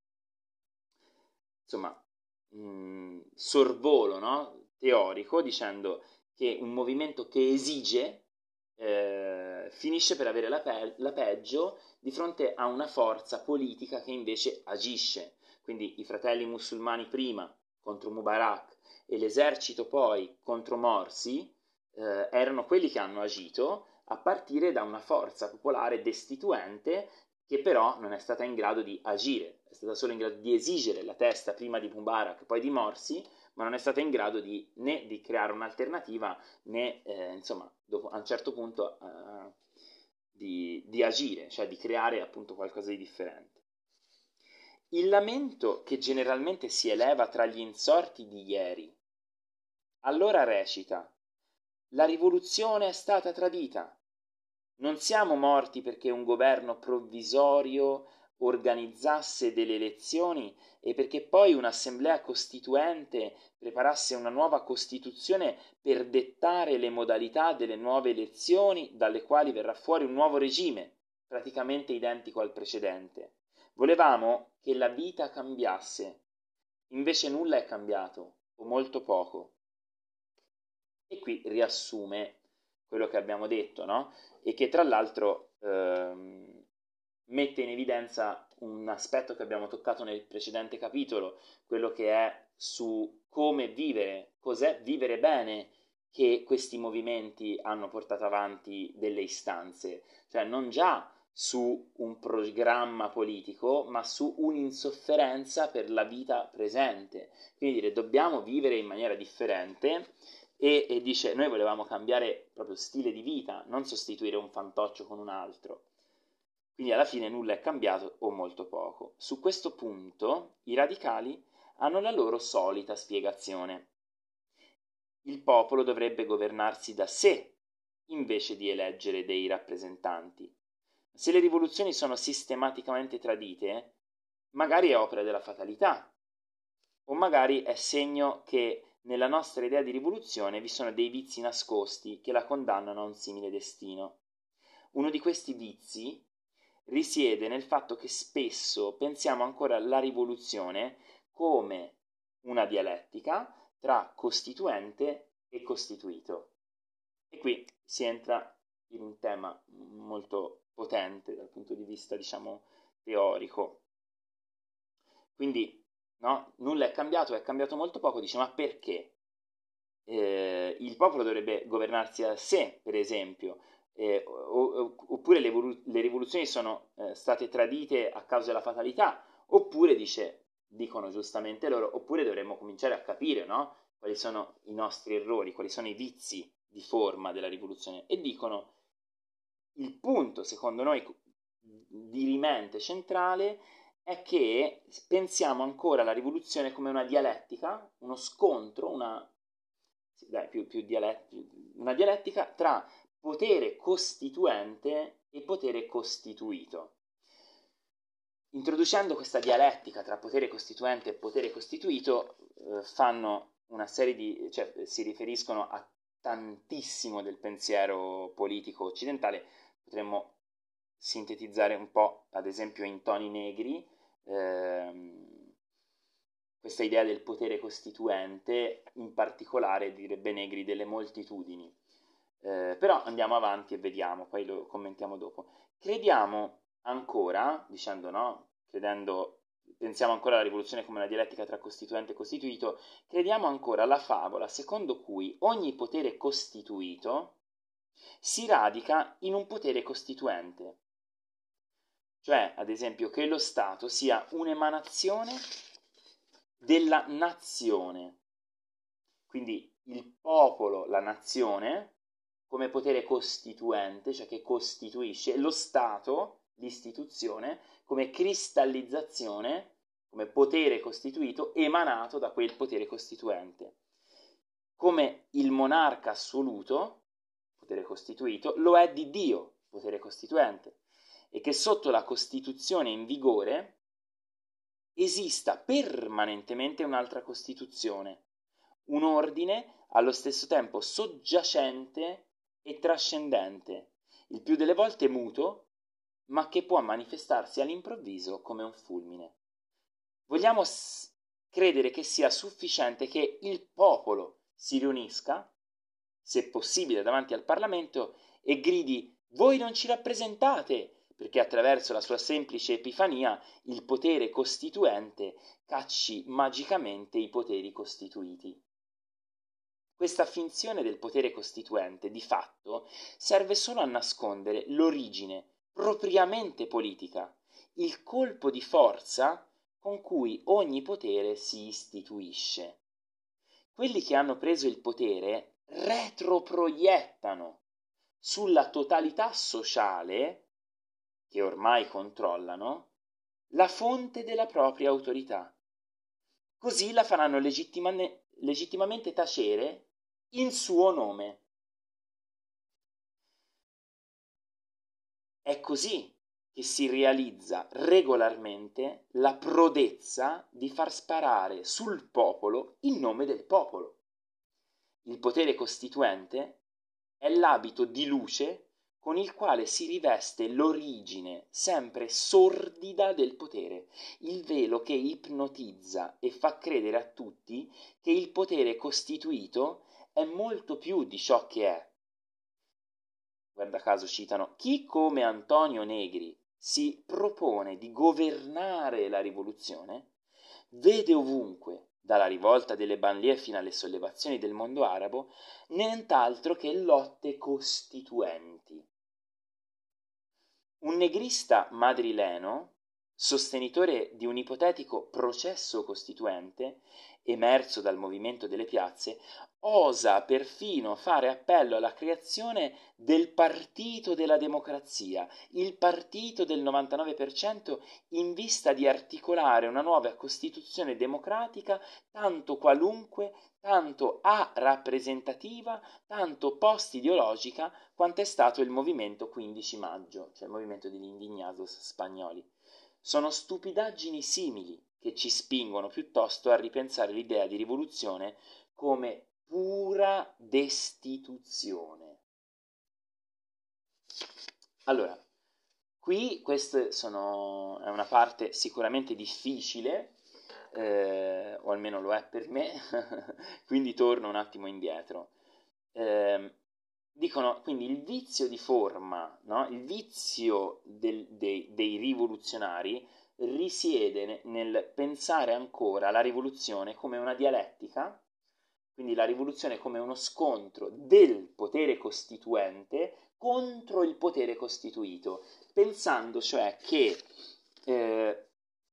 insomma, mh, sorvolo, no? Teorico, dicendo che un movimento che esige eh, finisce per avere la, pe- la peggio di fronte a una forza politica che invece agisce. Quindi i fratelli musulmani prima contro Mubarak e l'esercito poi contro Morsi eh, erano quelli che hanno agito a partire da una forza popolare destituente che però non è stata in grado di agire, è stata solo in grado di esigere la testa prima di Mubarak, poi di Morsi, ma non è stata in grado di, né di creare un'alternativa né, eh, insomma, dopo, a un certo punto eh, di, di agire, cioè di creare appunto qualcosa di differente. Il lamento che generalmente si eleva tra gli insorti di ieri, allora recita: la rivoluzione è stata tradita. Non siamo morti perché un governo provvisorio organizzasse delle elezioni e perché poi un'assemblea costituente preparasse una nuova Costituzione per dettare le modalità delle nuove elezioni dalle quali verrà fuori un nuovo regime, praticamente identico al precedente. Volevamo che la vita cambiasse, invece nulla è cambiato, o molto poco. E qui riassume quello che abbiamo detto, no? E che tra l'altro ehm, mette in evidenza un aspetto che abbiamo toccato nel precedente capitolo, quello che è su come vivere, cos'è vivere bene, che questi movimenti hanno portato avanti delle istanze, cioè non già su un programma politico, ma su un'insofferenza per la vita presente. Quindi dire, dobbiamo vivere in maniera differente. E, e dice, noi volevamo cambiare proprio stile di vita, non sostituire un fantoccio con un altro. Quindi alla fine nulla è cambiato o molto poco. Su questo punto i radicali hanno la loro solita spiegazione. Il popolo dovrebbe governarsi da sé invece di eleggere dei rappresentanti. Se le rivoluzioni sono sistematicamente tradite, magari è opera della fatalità, o magari è segno che nella nostra idea di rivoluzione vi sono dei vizi nascosti che la condannano a un simile destino. Uno di questi vizi risiede nel fatto che spesso pensiamo ancora alla rivoluzione come una dialettica tra costituente e costituito. E qui si entra in un tema molto potente dal punto di vista, diciamo, teorico. Quindi, no, nulla è cambiato, è cambiato molto poco, dice, ma perché? Eh, il popolo dovrebbe governarsi a sé, per esempio, eh, oppure le, evolu- le rivoluzioni sono eh, state tradite a causa della fatalità, oppure, dice, dicono giustamente loro, oppure dovremmo cominciare a capire, no? Quali sono i nostri errori, quali sono i vizi di forma della rivoluzione, e dicono il punto, secondo noi, dirimente centrale è che pensiamo ancora alla rivoluzione come una dialettica, uno scontro, una, dai, più, più dialet- una dialettica tra potere costituente e potere costituito. Introducendo questa dialettica tra potere costituente e potere costituito, eh, fanno una serie di, cioè si riferiscono a tantissimo del pensiero politico occidentale. Potremmo sintetizzare un po', ad esempio, in Toni Negri, ehm, questa idea del potere costituente, in particolare, direbbe Negri, delle moltitudini. Eh, però andiamo avanti e vediamo, poi lo commentiamo dopo. Crediamo ancora, dicendo no, credendo, pensiamo ancora alla rivoluzione come una dialettica tra costituente e costituito, crediamo ancora alla favola secondo cui ogni potere costituito si radica in un potere costituente, cioè ad esempio che lo Stato sia un'emanazione della nazione, quindi il popolo, la nazione, come potere costituente, cioè che costituisce, lo Stato, l'istituzione, come cristallizzazione, come potere costituito emanato da quel potere costituente. Come il monarca assoluto, potere costituito, lo è di Dio, potere costituente. e che sotto la Costituzione in vigore esista permanentemente un'altra Costituzione, un ordine allo stesso tempo soggiacente e trascendente, il più delle volte muto, ma che può manifestarsi all'improvviso come un fulmine. Vogliamo s- credere che sia sufficiente che il popolo si riunisca, se possibile davanti al Parlamento, e gridi: voi non ci rappresentate, perché attraverso la sua semplice epifania il potere costituente cacci magicamente i poteri costituiti. Questa finzione del potere costituente, di fatto, serve solo a nascondere l'origine propriamente politica, il colpo di forza con cui ogni potere si istituisce. Quelli che hanno preso il potere retroproiettano sulla totalità sociale, che ormai controllano, la fonte della propria autorità. Così la faranno legittimane- legittimamente tacere in suo nome. È così che si realizza regolarmente la prodezza di far sparare sul popolo in nome del popolo. Il potere costituente è l'abito di luce con il quale si riveste l'origine sempre sordida del potere, il velo che ipnotizza e fa credere a tutti che il potere costituito è molto più di ciò che è. Guarda caso citano: chi come Antonio Negri si propone di governare la rivoluzione vede ovunque, dalla rivolta delle banlieue fino alle sollevazioni del mondo arabo, nient'altro che lotte costituenti. Un negrista madrileno, sostenitore di un ipotetico processo costituente, emerso dal movimento delle piazze, osa perfino fare appello alla creazione del partito della democrazia, il partito del novantanove per cento, in vista di articolare una nuova Costituzione democratica tanto qualunque, tanto a-rappresentativa, tanto post-ideologica quanto è stato il movimento quindici maggio, cioè il movimento degli indignados spagnoli. Sono stupidaggini simili che ci spingono piuttosto a ripensare l'idea di rivoluzione come pura destituzione. Allora, qui questa sono, è una parte sicuramente difficile, eh, o almeno lo è per me, quindi torno un attimo indietro. Eh, dicono quindi il vizio di forma, no? Il vizio del, dei, dei rivoluzionari risiede nel pensare ancora la rivoluzione come una dialettica, quindi la rivoluzione come uno scontro del potere costituente contro il potere costituito, pensando cioè che, eh,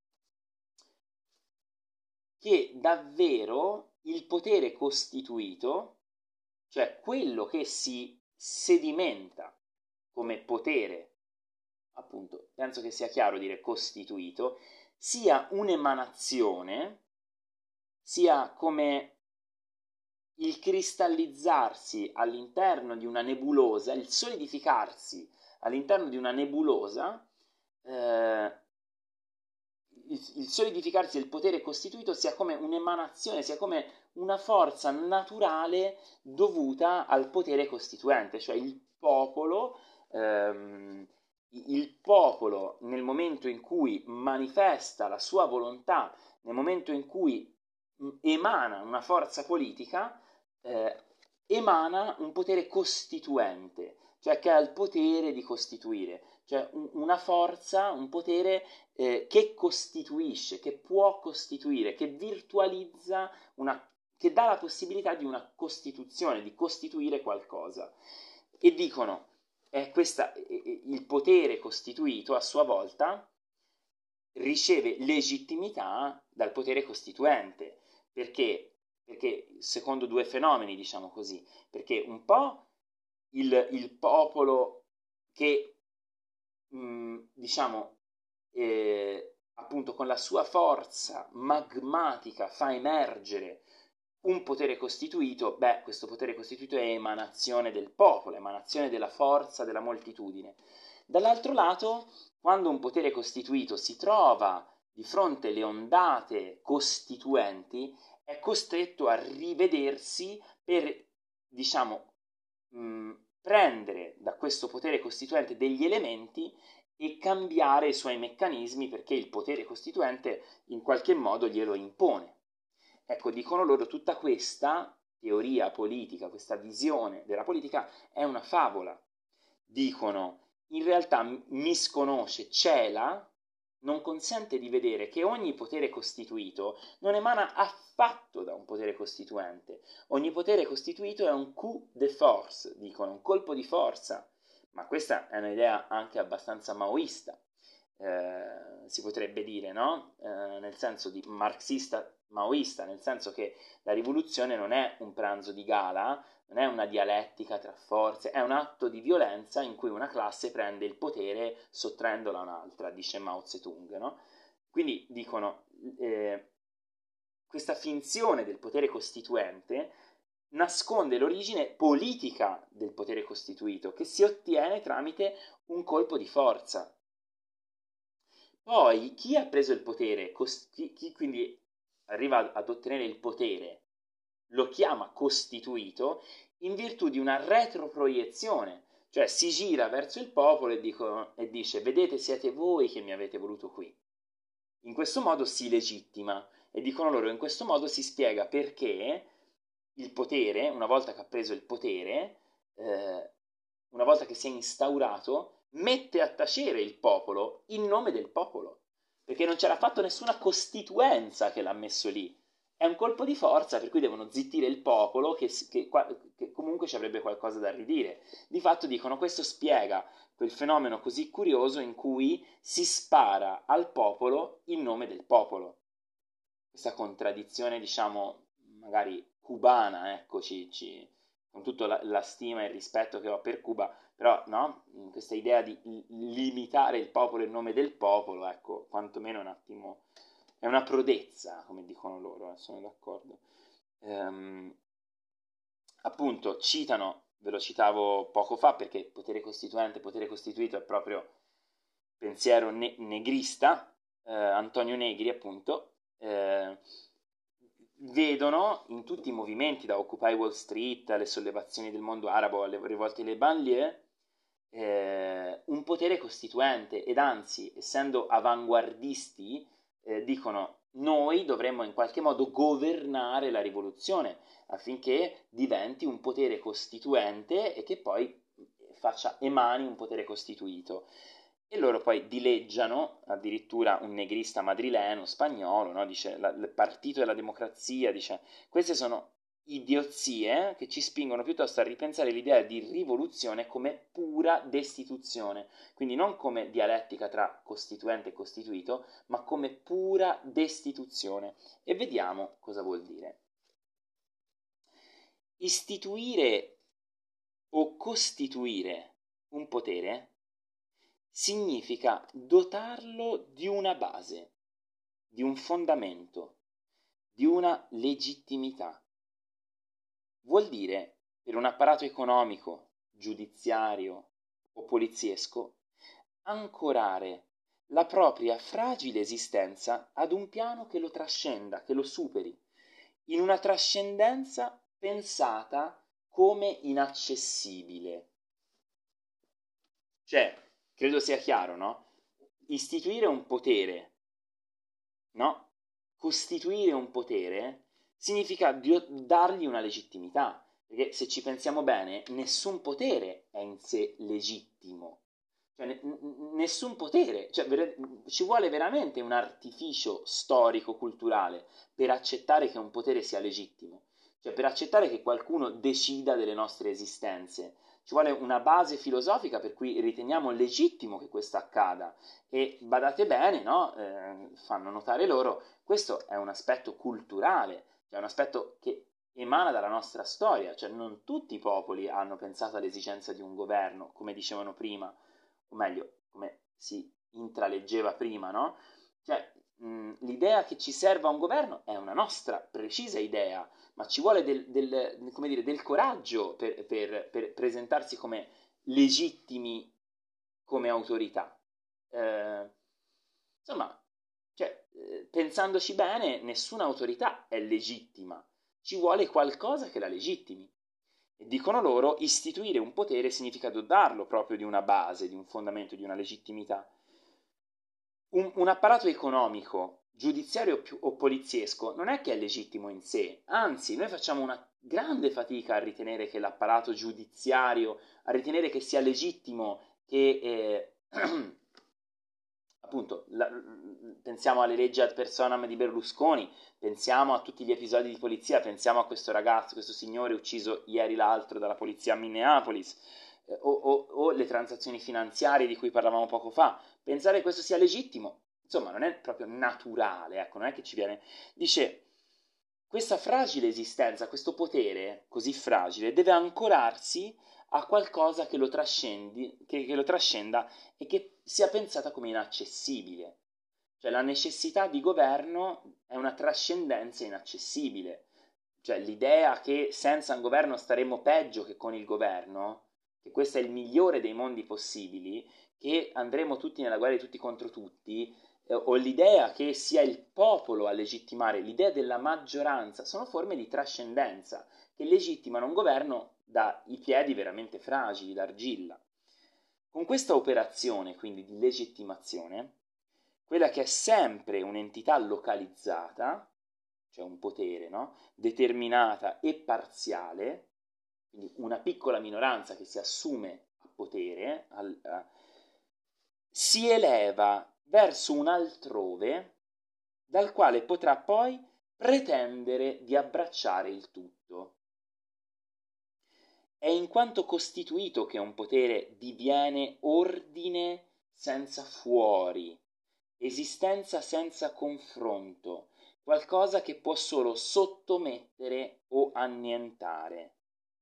che davvero il potere costituito, cioè quello che si sedimenta come potere, appunto, penso che sia chiaro dire costituito, sia un'emanazione, sia come il cristallizzarsi all'interno di una nebulosa, il solidificarsi all'interno di una nebulosa, eh, il, il solidificarsi del potere costituito sia come un'emanazione, sia come una forza naturale dovuta al potere costituente, cioè il popolo, ehm, il popolo nel momento in cui manifesta la sua volontà, nel momento in cui emana una forza politica, eh, emana un potere costituente, cioè che ha il potere di costituire, cioè un, una forza, un potere eh, che costituisce, che può costituire, che virtualizza, una, che dà la possibilità di una costituzione, di costituire qualcosa. E dicono, eh, questa, eh, il potere costituito a sua volta riceve legittimità dal potere costituente. Perché? Perché secondo due fenomeni, diciamo così, perché un po' il, il popolo che, mh, diciamo, eh, appunto con la sua forza magmatica fa emergere un potere costituito, beh, questo potere costituito è emanazione del popolo, emanazione della forza della moltitudine. Dall'altro lato, quando un potere costituito si trova di fronte alle ondate costituenti, è costretto a rivedersi per, diciamo, mh, prendere da questo potere costituente degli elementi e cambiare i suoi meccanismi perché il potere costituente in qualche modo glielo impone. Ecco, dicono loro, tutta questa teoria politica, questa visione della politica è una favola. Dicono, in realtà misconosce, cela, non consente di vedere che ogni potere costituito non emana affatto da un potere costituente. Ogni potere costituito è un coup de force, dicono, un colpo di forza. Ma questa è un'idea anche abbastanza maoista, eh, si potrebbe dire, no? Eh, nel senso di marxista maoista, nel senso che la rivoluzione non è un pranzo di gala, non è una dialettica tra forze, è un atto di violenza in cui una classe prende il potere sottraendola a un'altra, dice Mao Zedong, no? Quindi dicono, eh, questa finzione del potere costituente nasconde l'origine politica del potere costituito, che si ottiene tramite un colpo di forza. Poi, chi ha preso il potere, chi, chi quindi arriva ad ottenere il potere, lo chiama costituito in virtù di una retroproiezione, cioè si gira verso il popolo e, dico, e dice: vedete, siete voi che mi avete voluto qui. In questo modo si legittima, e dicono loro, in questo modo si spiega perché il potere, una volta che ha preso il potere, eh, una volta che si è instaurato, mette a tacere il popolo in nome del popolo, perché non c'era fatto nessuna costituenza che l'ha messo lì. È un colpo di forza, per cui devono zittire il popolo che, che, che comunque ci avrebbe qualcosa da ridire. Di fatto dicono, questo spiega quel fenomeno così curioso in cui si spara al popolo in nome del popolo. Questa contraddizione, diciamo, magari cubana, ecco, ci, ci, con tutta la, la stima e il rispetto che ho per Cuba, però, no? Questa idea di limitare il popolo in nome del popolo, ecco, quantomeno un attimo... È una prodezza, come dicono loro, eh, sono d'accordo. Ehm, appunto, citano, ve lo citavo poco fa, perché potere costituente, potere costituito è proprio pensiero ne- negrista, eh, Antonio Negri, appunto, eh, vedono in tutti i movimenti, da Occupy Wall Street, alle sollevazioni del mondo arabo, alle rivolte delle banlieue, eh, un potere costituente, ed anzi, essendo avanguardisti, eh, dicono, noi dovremmo in qualche modo governare la rivoluzione affinché diventi un potere costituente e che poi faccia emani un potere costituito. E loro poi dileggiano addirittura un negrista madrileno, spagnolo, no? Dice la, il partito della democrazia, dice queste sono idiozie che ci spingono piuttosto a ripensare l'idea di rivoluzione come pura destituzione, quindi non come dialettica tra costituente e costituito, ma come pura destituzione. E vediamo cosa vuol dire. Istituire o costituire un potere significa dotarlo di una base, di un fondamento, di una legittimità. Vuol dire, per un apparato economico, giudiziario o poliziesco, ancorare la propria fragile esistenza ad un piano che lo trascenda, che lo superi, in una trascendenza pensata come inaccessibile. Cioè, credo sia chiaro, no? Istituire un potere, no? Costituire un potere significa dargli una legittimità, perché se ci pensiamo bene, nessun potere è in sé legittimo. Cioè, n- nessun potere, cioè, ver- ci vuole veramente un artificio storico-culturale per accettare che un potere sia legittimo, cioè per accettare che qualcuno decida delle nostre esistenze. Ci vuole una base filosofica per cui riteniamo legittimo che questo accada. E badate bene, no? Eh, fanno notare loro, questo è un aspetto culturale, cioè un aspetto che emana dalla nostra storia, cioè non tutti i popoli hanno pensato all'esigenza di un governo, come dicevano prima, o meglio, come si intraleggeva prima, no? Cioè, mh, l'idea che ci serva un governo è una nostra precisa idea, ma ci vuole del, del, come dire, del coraggio per, per, per presentarsi come legittimi come autorità. Eh, insomma, cioè, eh, pensandoci bene, nessuna autorità è legittima, ci vuole qualcosa che la legittimi. E dicono loro, istituire un potere significa dotarlo proprio di una base, di un fondamento, di una legittimità. Un, un apparato economico, giudiziario più, o poliziesco non è che è legittimo in sé, anzi noi facciamo una grande fatica a ritenere che l'apparato giudiziario, a ritenere che sia legittimo, che eh, appunto la, pensiamo alle leggi ad personam di Berlusconi, pensiamo a tutti gli episodi di polizia, pensiamo a questo ragazzo, questo signore ucciso ieri l'altro dalla polizia a Minneapolis, eh, o, o, o le transazioni finanziarie di cui parlavamo poco fa. Pensare che questo sia legittimo, insomma, non è proprio naturale, ecco, non è che ci viene... Dice, questa fragile esistenza, questo potere così fragile, deve ancorarsi a qualcosa che lo trascendi, che, che lo trascenda e che sia pensata come inaccessibile. Cioè la necessità di governo è una trascendenza inaccessibile. Cioè l'idea che senza un governo staremmo peggio che con il governo, che questo è il migliore dei mondi possibili, che andremo tutti nella guerra di tutti contro tutti, eh, o l'idea che sia il popolo a legittimare, l'idea della maggioranza, sono forme di trascendenza che legittimano un governo dai piedi veramente fragili, d'argilla. Con questa operazione, quindi, di legittimazione, quella che è sempre un'entità localizzata, cioè un potere, no? Determinata e parziale, quindi una piccola minoranza che si assume a potere, al, uh, si eleva verso un altrove dal quale potrà poi pretendere di abbracciare il tutto. È in quanto costituito che un potere diviene ordine senza fuori, esistenza senza confronto, qualcosa che può solo sottomettere o annientare.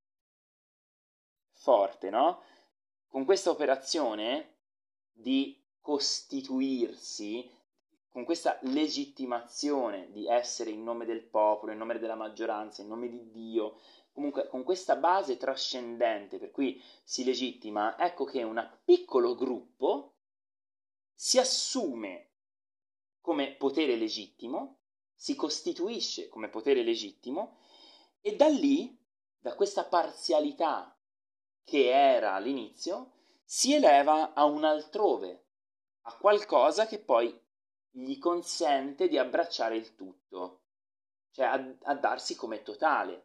Forte, no? Con questa operazione di costituirsi, con questa legittimazione di essere in nome del popolo, in nome della maggioranza, in nome di Dio, comunque con questa base trascendente per cui si legittima, ecco che un piccolo gruppo si assume come potere legittimo, si costituisce come potere legittimo e da lì, da questa parzialità che era all'inizio, si eleva a un altrove, a qualcosa che poi gli consente di abbracciare il tutto, cioè a, a darsi come totale.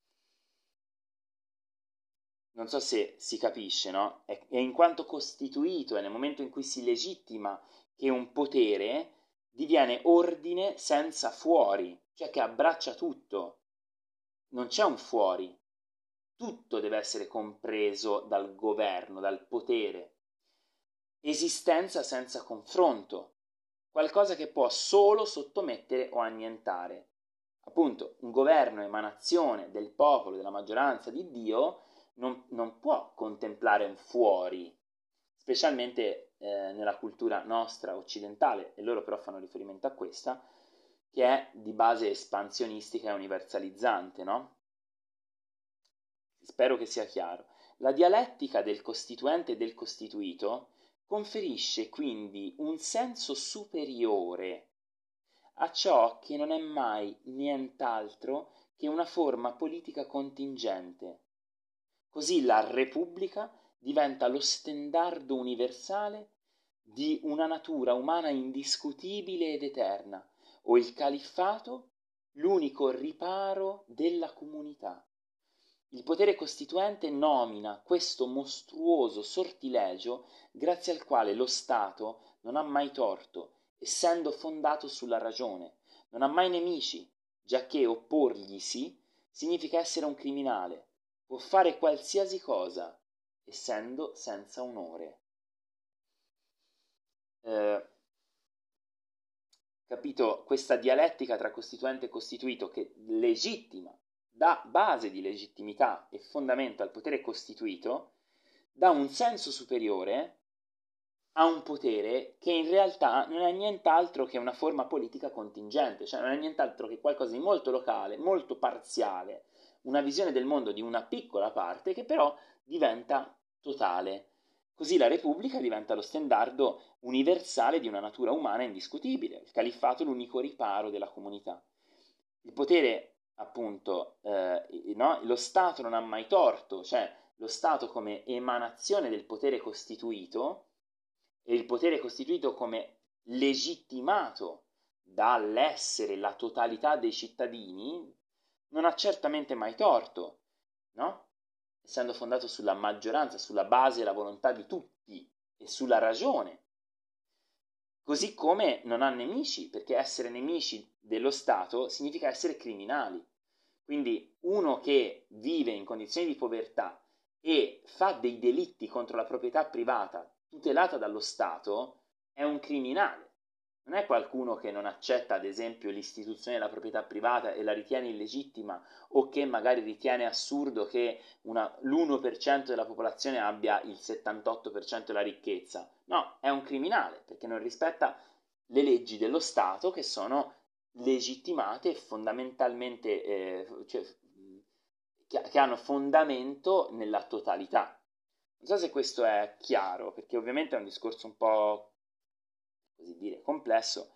Non so se si capisce, no? E in quanto costituito, è nel momento in cui si legittima che un potere diviene ordine senza fuori, cioè che abbraccia tutto. Non c'è un fuori. Tutto deve essere compreso dal governo, dal potere. Esistenza senza confronto. Qualcosa che può solo sottomettere o annientare. Appunto, un governo emanazione del popolo, della maggioranza di Dio, non, non può contemplare un fuori, specialmente eh, nella cultura nostra occidentale, e loro però fanno riferimento a questa, che è di base espansionistica e universalizzante, no? Spero che sia chiaro. La dialettica del costituente e del costituito conferisce quindi un senso superiore a ciò che non è mai nient'altro che una forma politica contingente. Così la Repubblica diventa lo stendardo universale di una natura umana indiscutibile ed eterna, o il califfato l'unico riparo della comunità. Il potere costituente nomina questo mostruoso sortilegio grazie al quale lo Stato non ha mai torto, essendo fondato sulla ragione, non ha mai nemici, giacché opporglisi significa essere un criminale, può fare qualsiasi cosa, essendo senza onore. Eh, capito? Questa dialettica tra costituente e costituito che legittima, dà base di legittimità e fondamento al potere costituito, dà un senso superiore a un potere che in realtà non è nient'altro che una forma politica contingente, cioè non è nient'altro che qualcosa di molto locale, molto parziale, una visione del mondo di una piccola parte che però diventa totale. Così la Repubblica diventa lo stendardo universale di una natura umana indiscutibile, il califfato l'unico riparo della comunità. Il potere, appunto, eh, no? Lo Stato non ha mai torto, cioè lo Stato come emanazione del potere costituito e il potere costituito come legittimato dall'essere la totalità dei cittadini non ha certamente mai torto, no? Essendo fondato sulla maggioranza, sulla base della volontà di tutti e sulla ragione. Così come non ha nemici, perché essere nemici dello Stato significa essere criminali. Quindi uno che vive in condizioni di povertà e fa dei delitti contro la proprietà privata tutelata dallo Stato è un criminale. Non è qualcuno che non accetta, ad esempio, l'istituzione della proprietà privata e la ritiene illegittima, o che magari ritiene assurdo che una, l'uno per cento della popolazione abbia il settantotto per cento della ricchezza. No, è un criminale, perché non rispetta le leggi dello Stato che sono legittimate fondamentalmente, eh, cioè, che, che hanno fondamento nella totalità. Non so se questo è chiaro, perché ovviamente è un discorso un po', così dire, complesso,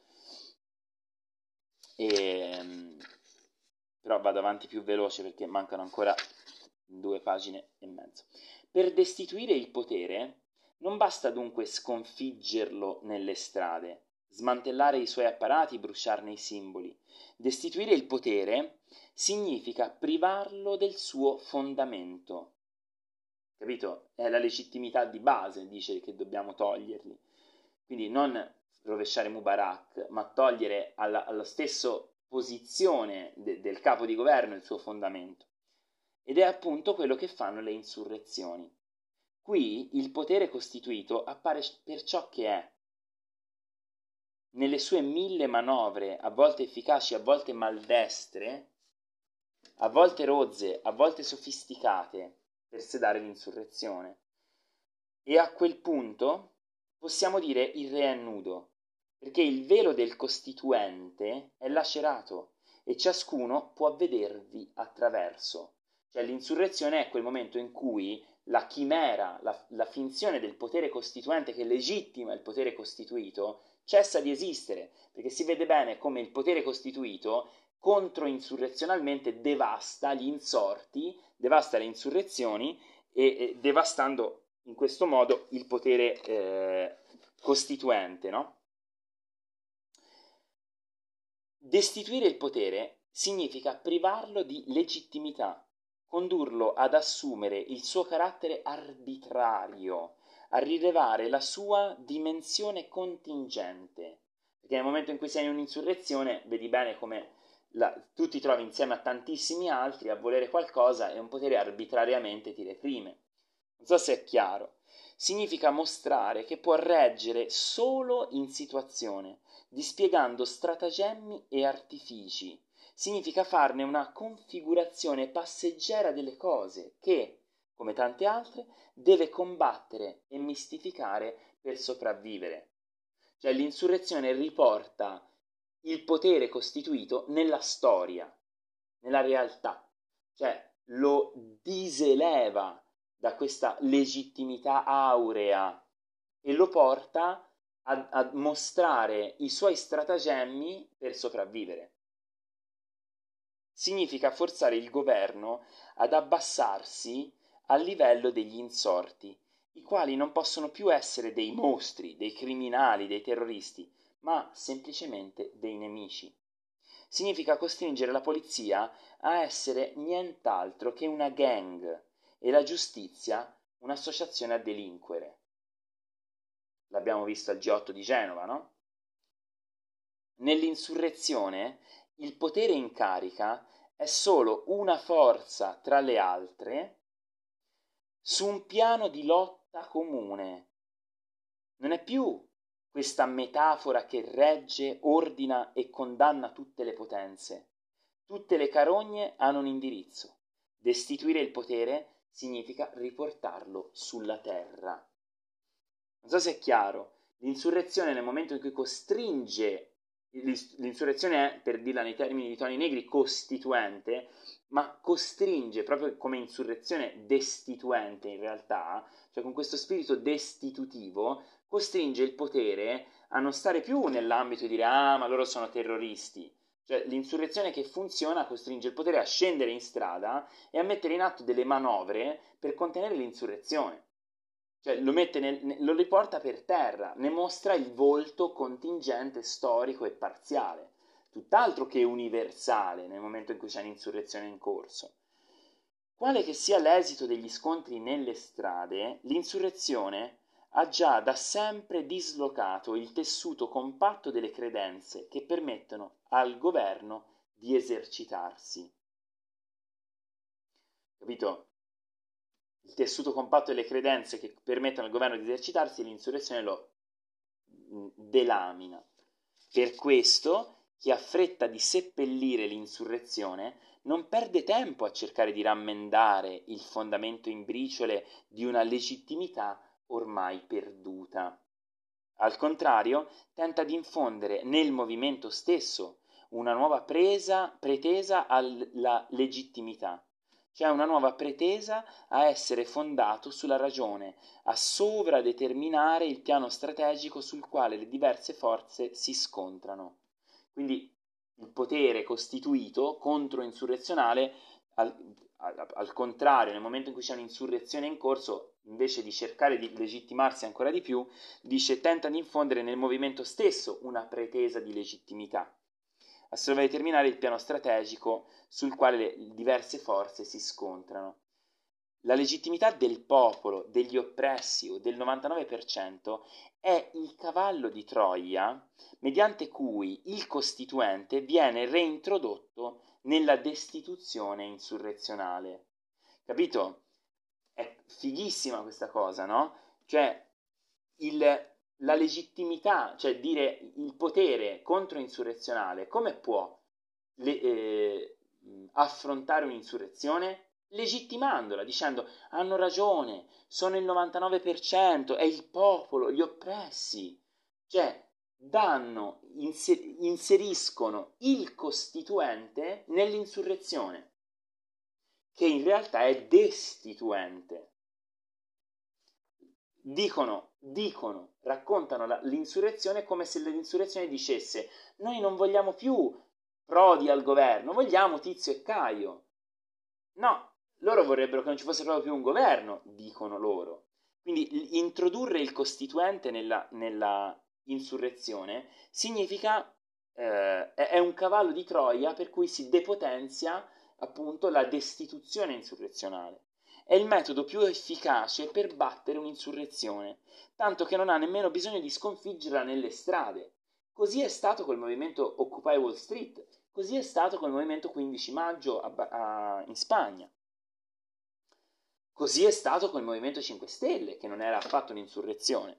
e, però vado avanti più veloce perché mancano ancora due pagine e mezzo. Per destituire il potere non basta dunque sconfiggerlo nelle strade, smantellare i suoi apparati, bruciarne i simboli. Destituire il potere significa privarlo del suo fondamento. Capito? È la legittimità di base, dice che dobbiamo toglierli. Quindi non rovesciare Mubarak, ma togliere alla, alla stessa posizione de, del capo di governo il suo fondamento. Ed è appunto quello che fanno le insurrezioni. Qui il potere costituito appare per ciò che è. Nelle sue mille manovre, a volte efficaci, a volte maldestre, a volte rozze, a volte sofisticate, per sedare l'insurrezione. E a quel punto possiamo dire il re è nudo, perché il velo del costituente è lacerato e ciascuno può vedervi attraverso. Cioè l'insurrezione è quel momento in cui la chimera, la, la finzione del potere costituente che legittima il potere costituito cessa di esistere, perché si vede bene come il potere costituito controinsurrezionalmente devasta gli insorti, devasta le insurrezioni e, e devastando in questo modo il potere eh, costituente, no? Destituire il potere significa privarlo di legittimità, condurlo ad assumere il suo carattere arbitrario, a rilevare la sua dimensione contingente. Perché nel momento in cui sei in un'insurrezione, vedi bene come la, tu ti trovi insieme a tantissimi altri a volere qualcosa e un potere arbitrariamente ti reprime. Non so se è chiaro. Significa mostrare che può reggere solo in situazione, dispiegando stratagemmi e artifici. Significa farne una configurazione passeggera delle cose che, come tante altre, deve combattere e mistificare per sopravvivere. Cioè l'insurrezione riporta il potere costituito nella storia, nella realtà, cioè lo diseleva da questa legittimità aurea e lo porta a, a mostrare i suoi stratagemmi per sopravvivere. Significa forzare il governo ad abbassarsi al livello degli insorti, i quali non possono più essere dei mostri, dei criminali, dei terroristi, ma semplicemente dei nemici. Significa costringere la polizia a essere nient'altro che una gang e la giustizia un'associazione a delinquere. L'abbiamo visto al G otto di Genova, no? Nell'insurrezione il potere in carica è solo una forza tra le altre su un piano di lotta comune. Non è più questa metafora che regge, ordina e condanna tutte le potenze. Tutte le carogne hanno un indirizzo. Destituire il potere significa riportarlo sulla terra. Non so se è chiaro. L'insurrezione nel momento in cui costringe l'insurrezione è, per dirla nei termini di Toni Negri, costituente, ma costringe, proprio come insurrezione destituente in realtà, cioè con questo spirito destitutivo, costringe il potere a non stare più nell'ambito di dire ah ma loro sono terroristi, cioè l'insurrezione che funziona costringe il potere a scendere in strada e a mettere in atto delle manovre per contenere l'insurrezione. Cioè lo, mette nel, lo riporta per terra, ne mostra il volto contingente, storico e parziale, tutt'altro che universale nel momento in cui c'è un'insurrezione in corso. Quale che sia l'esito degli scontri nelle strade, l'insurrezione ha già da sempre dislocato il tessuto compatto delle credenze che permettono al governo di esercitarsi. Capito? Il tessuto compatto delle credenze che permettono al governo di esercitarsi, l'insurrezione lo delamina. Per questo, chi ha fretta di seppellire l'insurrezione non perde tempo a cercare di rammendare il fondamento in briciole di una legittimità ormai perduta. Al contrario, tenta di infondere nel movimento stesso una nuova presa, pretesa alla legittimità, cioè una nuova pretesa a essere fondato sulla ragione, a sovradeterminare il piano strategico sul quale le diverse forze si scontrano. Quindi il potere costituito, controinsurrezionale, al, al, al contrario, nel momento in cui c'è un'insurrezione in corso, invece di cercare di legittimarsi ancora di più, dice tenta di infondere nel movimento stesso una pretesa di legittimità, a sovradeterminare il piano strategico sul quale le diverse forze si scontrano. La legittimità del popolo, degli oppressi o del novantanove per cento è il cavallo di Troia mediante cui il costituente viene reintrodotto nella destituzione insurrezionale. Capito? È fighissima questa cosa, no? Cioè, il, la legittimità, cioè dire il potere controinsurrezionale, come può le, eh, affrontare un'insurrezione? Legittimandola, dicendo hanno ragione, sono il novantanove per cento, è il popolo, gli oppressi. Cioè, danno, inser- inseriscono il costituente nell'insurrezione, che in realtà è destituente. Dicono, dicono, raccontano la, l'insurrezione come se l'insurrezione dicesse noi non vogliamo più Prodi al governo, vogliamo Tizio e Caio. No, loro vorrebbero che non ci fosse proprio più un governo, dicono loro. Quindi introdurre il costituente nella, nella insurrezione significa, eh, è un cavallo di Troia per cui si depotenzia appunto la destituzione insurrezionale. È il metodo più efficace per battere un'insurrezione, tanto che non ha nemmeno bisogno di sconfiggerla nelle strade. Così è stato col movimento Occupy Wall Street, così è stato col movimento quindici maggio a, a, in Spagna. Così è stato col Movimento cinque Stelle, che non era affatto un'insurrezione.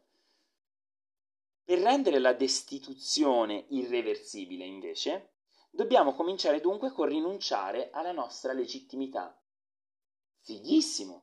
Per rendere la destituzione irreversibile, invece, dobbiamo cominciare dunque con rinunciare alla nostra legittimità. Fighissimo!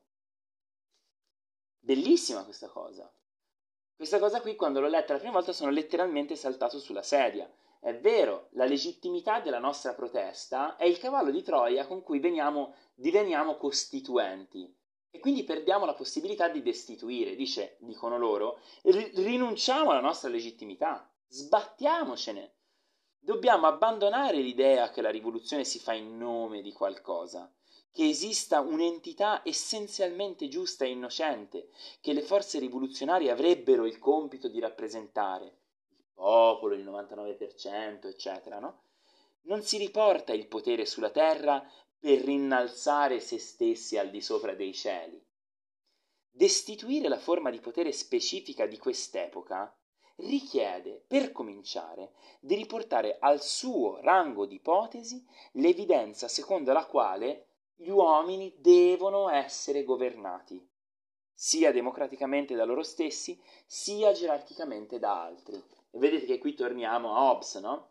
Bellissima questa cosa. Questa cosa qui, quando l'ho letta la prima volta, sono letteralmente saltato sulla sedia. È vero, la legittimità della nostra protesta è il cavallo di Troia con cui veniamo, diveniamo costituenti. E quindi perdiamo la possibilità di destituire, dice, dicono loro, rinunciamo alla nostra legittimità, sbattiamocene. Dobbiamo abbandonare l'idea che la rivoluzione si fa in nome di qualcosa, che esista un'entità essenzialmente giusta e innocente, che le forze rivoluzionarie avrebbero il compito di rappresentare, il popolo, il novantanove per cento, eccetera, no? Non si riporta il potere sulla terra per rinnalzare se stessi al di sopra dei cieli. Destituire la forma di potere specifica di quest'epoca richiede, per cominciare, di riportare al suo rango di ipotesi l'evidenza secondo la quale gli uomini devono essere governati, sia democraticamente da loro stessi, sia gerarchicamente da altri. E vedete che qui torniamo a Hobbes, no?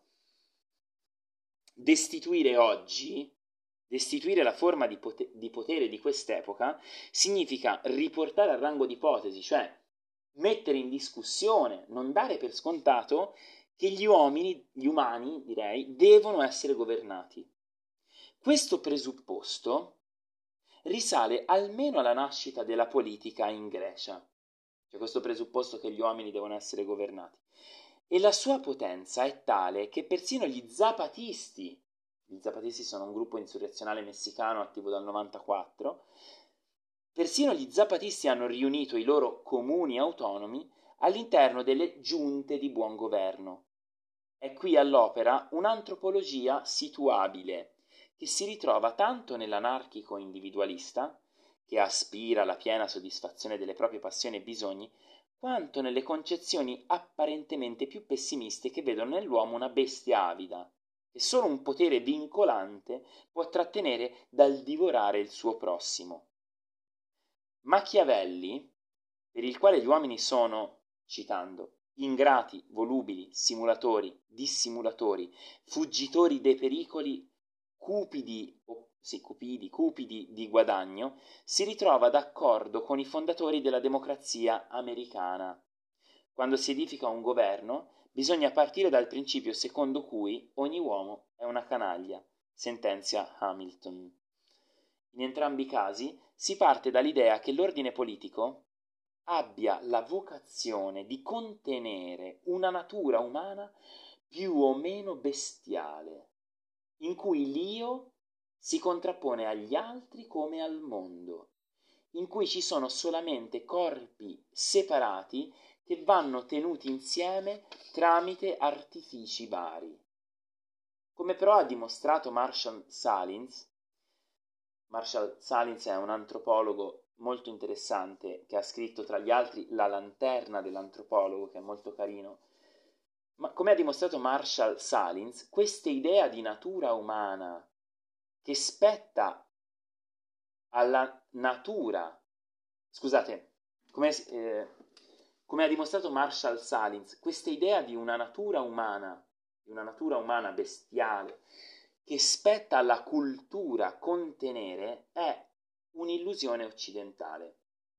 Destituire oggi, destituire la forma di, pot- di potere di quest'epoca, significa riportare al rango di ipotesi, cioè mettere in discussione, non dare per scontato che gli uomini, gli umani, direi, devono essere governati. Questo presupposto risale almeno alla nascita della politica in Grecia, cioè questo presupposto che gli uomini devono essere governati. E la sua potenza è tale che persino gli zapatisti, gli zapatisti sono un gruppo insurrezionale messicano attivo dal novantaquattro, persino gli zapatisti hanno riunito i loro comuni autonomi all'interno delle giunte di buon governo. È qui all'opera un'antropologia situabile, che si ritrova tanto nell'anarchico individualista, che aspira alla piena soddisfazione delle proprie passioni e bisogni, quanto nelle concezioni apparentemente più pessimiste che vedono nell'uomo una bestia avida, che solo un potere vincolante può trattenere dal divorare il suo prossimo. Machiavelli, per il quale gli uomini sono, citando, ingrati, volubili, simulatori, dissimulatori, fuggitori dei pericoli, cupidi, o, sì, cupidi, cupidi di guadagno, si ritrova d'accordo con i fondatori della democrazia americana. Quando si edifica un governo, bisogna partire dal principio secondo cui ogni uomo è una canaglia, sentenzia Hamilton. In entrambi i casi si parte dall'idea che l'ordine politico abbia la vocazione di contenere una natura umana più o meno bestiale, in cui l'io si contrappone agli altri come al mondo, in cui ci sono solamente corpi separati che vanno tenuti insieme tramite artifici vari. Come però ha dimostrato Marshall Salins, Marshall Salins è un antropologo molto interessante che ha scritto tra gli altri La lanterna dell'antropologo, che è molto carino. Ma come ha dimostrato Marshall Salins, questa idea di natura umana che spetta alla natura, scusate, come, eh, come ha dimostrato Marshall Salins, questa idea di una natura umana, di una natura umana bestiale, che spetta alla cultura contenere, è un'illusione occidentale.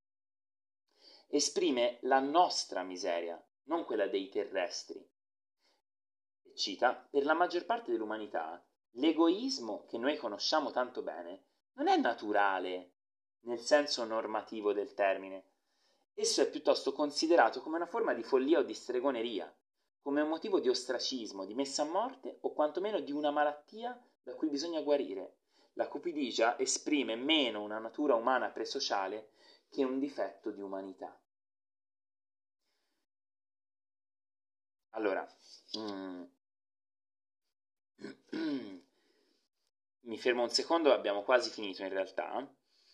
Esprime la nostra miseria, non quella dei terrestri. Cita, per la maggior parte dell'umanità, l'egoismo che noi conosciamo tanto bene non è naturale nel senso normativo del termine. Esso è piuttosto considerato come una forma di follia o di stregoneria, come un motivo di ostracismo, di messa a morte o quantomeno di una malattia da cui bisogna guarire. La cupidigia esprime meno una natura umana presociale che un difetto di umanità. Allora, mm, mi fermo un secondo, abbiamo quasi finito in realtà.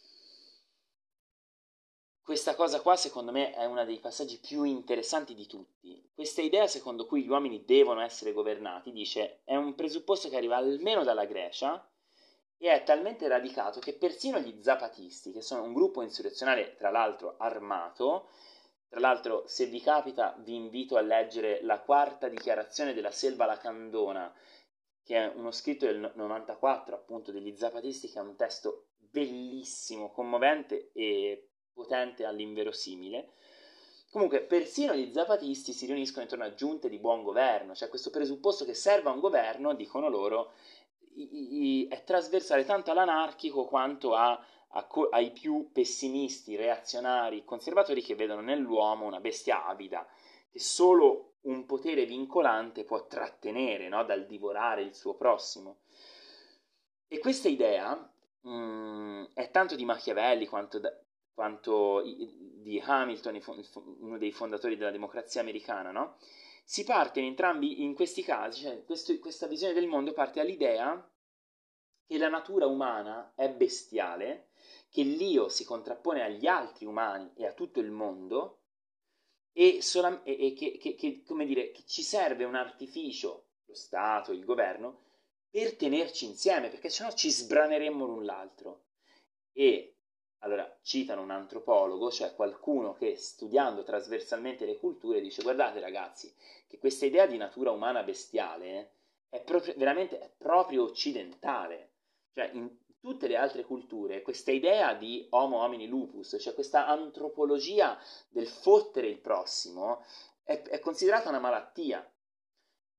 Questa cosa qua secondo me è uno dei passaggi più interessanti di tutti. Questa idea secondo cui gli uomini devono essere governati, dice, è un presupposto che arriva almeno dalla Grecia e è talmente radicato che persino gli zapatisti, che sono un gruppo insurrezionale tra l'altro armato, tra l'altro se vi capita vi invito a leggere la quarta dichiarazione della Selva Lacandona, che è uno scritto del novantaquattro appunto degli zapatisti, che è un testo bellissimo, commovente e potente all'inverosimile. Comunque, persino gli zapatisti si riuniscono intorno a giunte di buon governo, cioè questo presupposto che serva un governo, dicono loro, i, i, è trasversale tanto all'anarchico quanto a, a, ai più pessimisti, reazionari, conservatori, che vedono nell'uomo una bestia avida, che solo un potere vincolante può trattenere, no, dal divorare il suo prossimo. E questa idea mh, è tanto di Machiavelli quanto, da, quanto di Hamilton, uno dei fondatori della democrazia americana, no? Si parte in entrambi in questi casi, cioè questo, questa visione del mondo parte dall'idea che la natura umana è bestiale, che l'io si contrappone agli altri umani e a tutto il mondo, e, solam- e, e che, che, che, come dire, che ci serve un artificio, lo Stato, il governo, per tenerci insieme, perché sennò ci sbraneremmo l'un l'altro. E allora citano un antropologo, cioè qualcuno che studiando trasversalmente le culture dice: guardate ragazzi, che questa idea di natura umana bestiale è proprio, veramente è proprio occidentale, cioè in tutte le altre culture questa idea di homo homini lupus, cioè questa antropologia del fottere il prossimo, è, è considerata una malattia.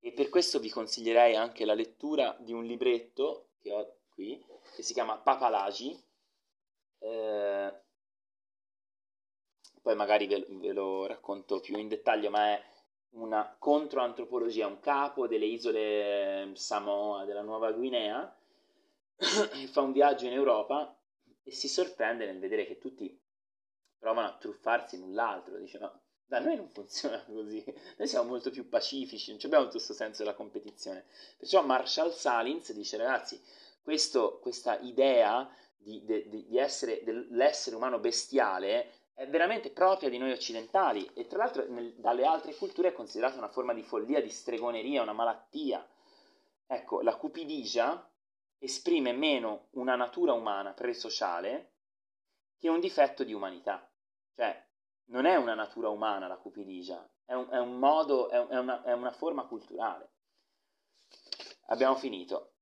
e per questo vi consiglierei anche la lettura di un libretto che ho qui, che si chiama Papalagi, eh, poi magari ve, ve lo racconto più in dettaglio, ma è una controantropologia, un capo delle isole Samoa della Nuova Guinea, fa un viaggio in Europa e si sorprende nel vedere che tutti provano a truffarsi l'un l'altro, dice ma da noi non funziona così, noi siamo molto più pacifici, non abbiamo tutto questo senso della competizione. Perciò Marshall Salins dice ragazzi, questo, questa idea di, di, di essere dell'essere umano bestiale è veramente propria di noi occidentali e tra l'altro nel, dalle altre culture è considerata una forma di follia, di stregoneria, una malattia. Ecco, la cupidigia esprime meno una natura umana presociale che un difetto di umanità. Cioè, non è una natura umana la cupidigia, è un, è un modo, è, è, una, è una forma culturale. Abbiamo finito.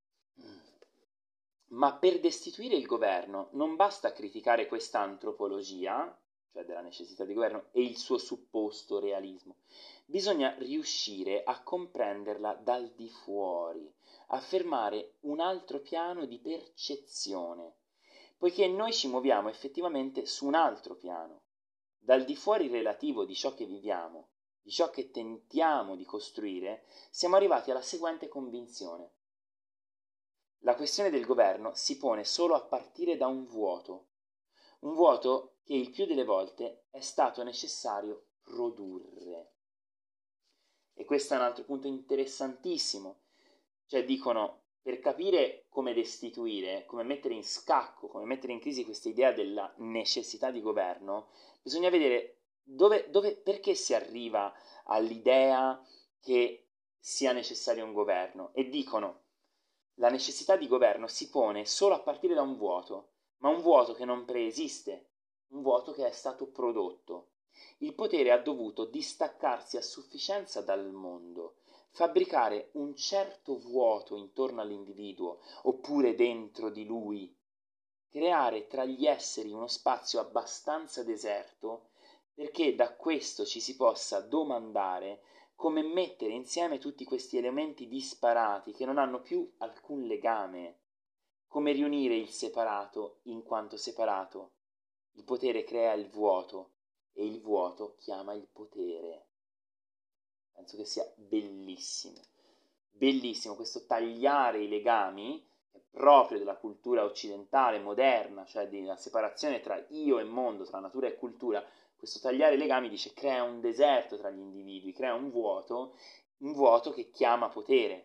Ma per destituire il governo non basta criticare questa antropologia, cioè della necessità di governo, e il suo supposto realismo. Bisogna riuscire a comprenderla dal di fuori, affermare un altro piano di percezione, poiché noi ci muoviamo effettivamente su un altro piano, dal di fuori relativo di ciò che viviamo, di ciò che tentiamo di costruire, siamo arrivati alla seguente convinzione. La questione del governo si pone solo a partire da un vuoto, un vuoto che il più delle volte è stato necessario produrre. E questo è un altro punto interessantissimo. Cioè dicono, per capire come destituire, come mettere in scacco, come mettere in crisi questa idea della necessità di governo, bisogna vedere dove, dove, perché si arriva all'idea che sia necessario un governo. E dicono, la necessità di governo si pone solo a partire da un vuoto, ma un vuoto che non preesiste, un vuoto che è stato prodotto. Il potere ha dovuto distaccarsi a sufficienza dal mondo, fabbricare un certo vuoto intorno all'individuo, oppure dentro di lui, creare tra gli esseri uno spazio abbastanza deserto perché da questo ci si possa domandare come mettere insieme tutti questi elementi disparati che non hanno più alcun legame, come riunire il separato in quanto separato. Il potere crea il vuoto e il vuoto chiama il potere. Penso che sia bellissimo, bellissimo questo tagliare i legami, è proprio della cultura occidentale, moderna, cioè della separazione tra io e mondo, tra natura e cultura. Questo tagliare i legami, dice, crea un deserto tra gli individui, crea un vuoto, un vuoto che chiama potere.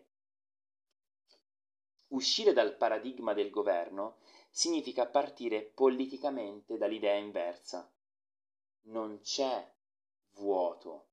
Uscire dal paradigma del governo significa partire politicamente dall'idea inversa. Non c'è vuoto.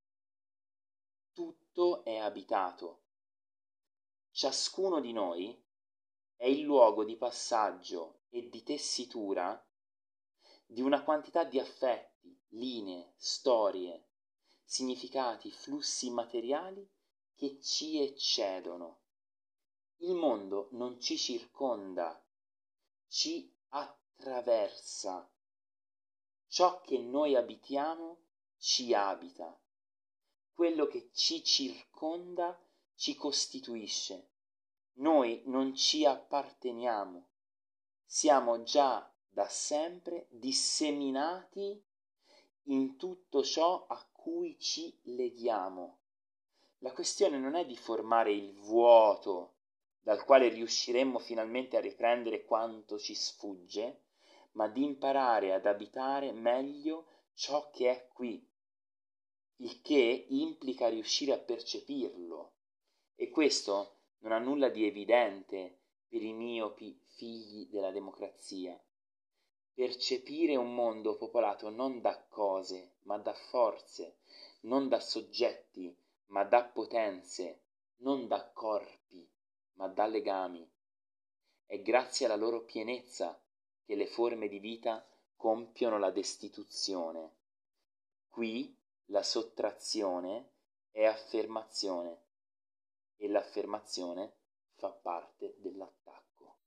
Tutto è abitato. Ciascuno di noi è il luogo di passaggio e di tessitura di una quantità di affetti, linee, storie, significati, flussi materiali che ci eccedono. Il mondo non ci circonda, ci attraversa. Ciò che noi abitiamo ci abita. Quello che ci circonda ci costituisce. Noi non ci apparteniamo. Siamo già da sempre disseminati in tutto ciò a cui ci leghiamo. La questione non è di formare il vuoto dal quale riusciremmo finalmente a riprendere quanto ci sfugge, ma di imparare ad abitare meglio ciò che è qui, il che implica riuscire a percepirlo. E questo non ha nulla di evidente per i miopi figli della democrazia. Percepire un mondo popolato non da cose, ma da forze, non da soggetti, ma da potenze, non da corpi, ma da legami. È grazie alla loro pienezza che le forme di vita compiono la destituzione. Qui la sottrazione è affermazione e l'affermazione fa parte dell'attacco.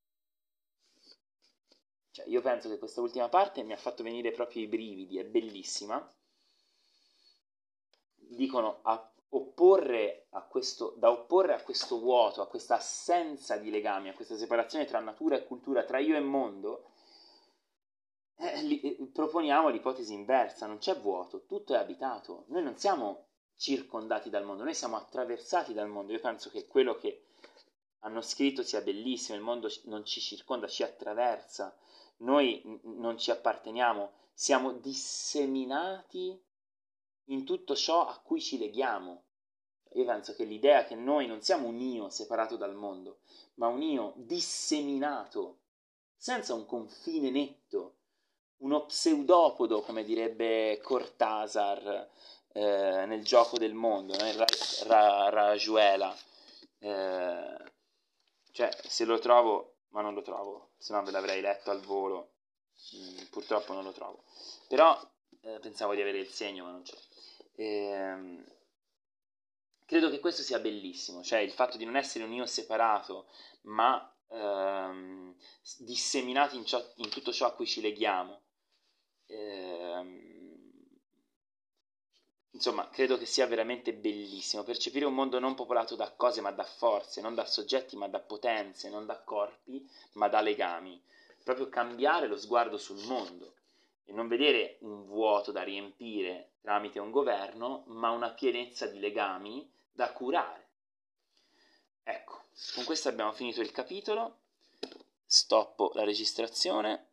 Cioè, io penso che questa ultima parte mi ha fatto venire proprio i brividi, è bellissima. Dicono a, opporre a questo, da opporre a questo vuoto, a questa assenza di legami, a questa separazione tra natura e cultura, tra io e mondo, eh, li, eh, proponiamo l'ipotesi inversa: non c'è vuoto, tutto è abitato, noi non siamo circondati dal mondo, noi siamo attraversati dal mondo. Io penso che quello che hanno scritto sia bellissimo: il mondo non ci circonda, ci attraversa, noi n- non ci apparteniamo, siamo disseminati in tutto ciò a cui ci leghiamo. Io penso che l'idea che noi non siamo un io separato dal mondo, ma un io disseminato, senza un confine netto, uno pseudopodo, come direbbe Cortázar eh, nel Gioco del mondo, no? Ra- Ra- Rayuela. Eh, cioè, se lo trovo, ma non lo trovo, se no ve l'avrei letto al volo. Mm, purtroppo non lo trovo. Però eh, pensavo di avere il segno, ma non c'è. Ehm, credo che questo sia bellissimo, cioè il fatto di non essere un io separato, ma ehm, disseminati in, ciò, in tutto ciò a cui ci leghiamo. Ehm, insomma, credo che sia veramente bellissimo percepire un mondo non popolato da cose ma da forze, non da soggetti ma da potenze, non da corpi ma da legami. Proprio cambiare lo sguardo sul mondo e non vedere un vuoto da riempire tramite un governo, ma una pienezza di legami da curare. Ecco, con questo abbiamo finito il capitolo. Stoppo la registrazione.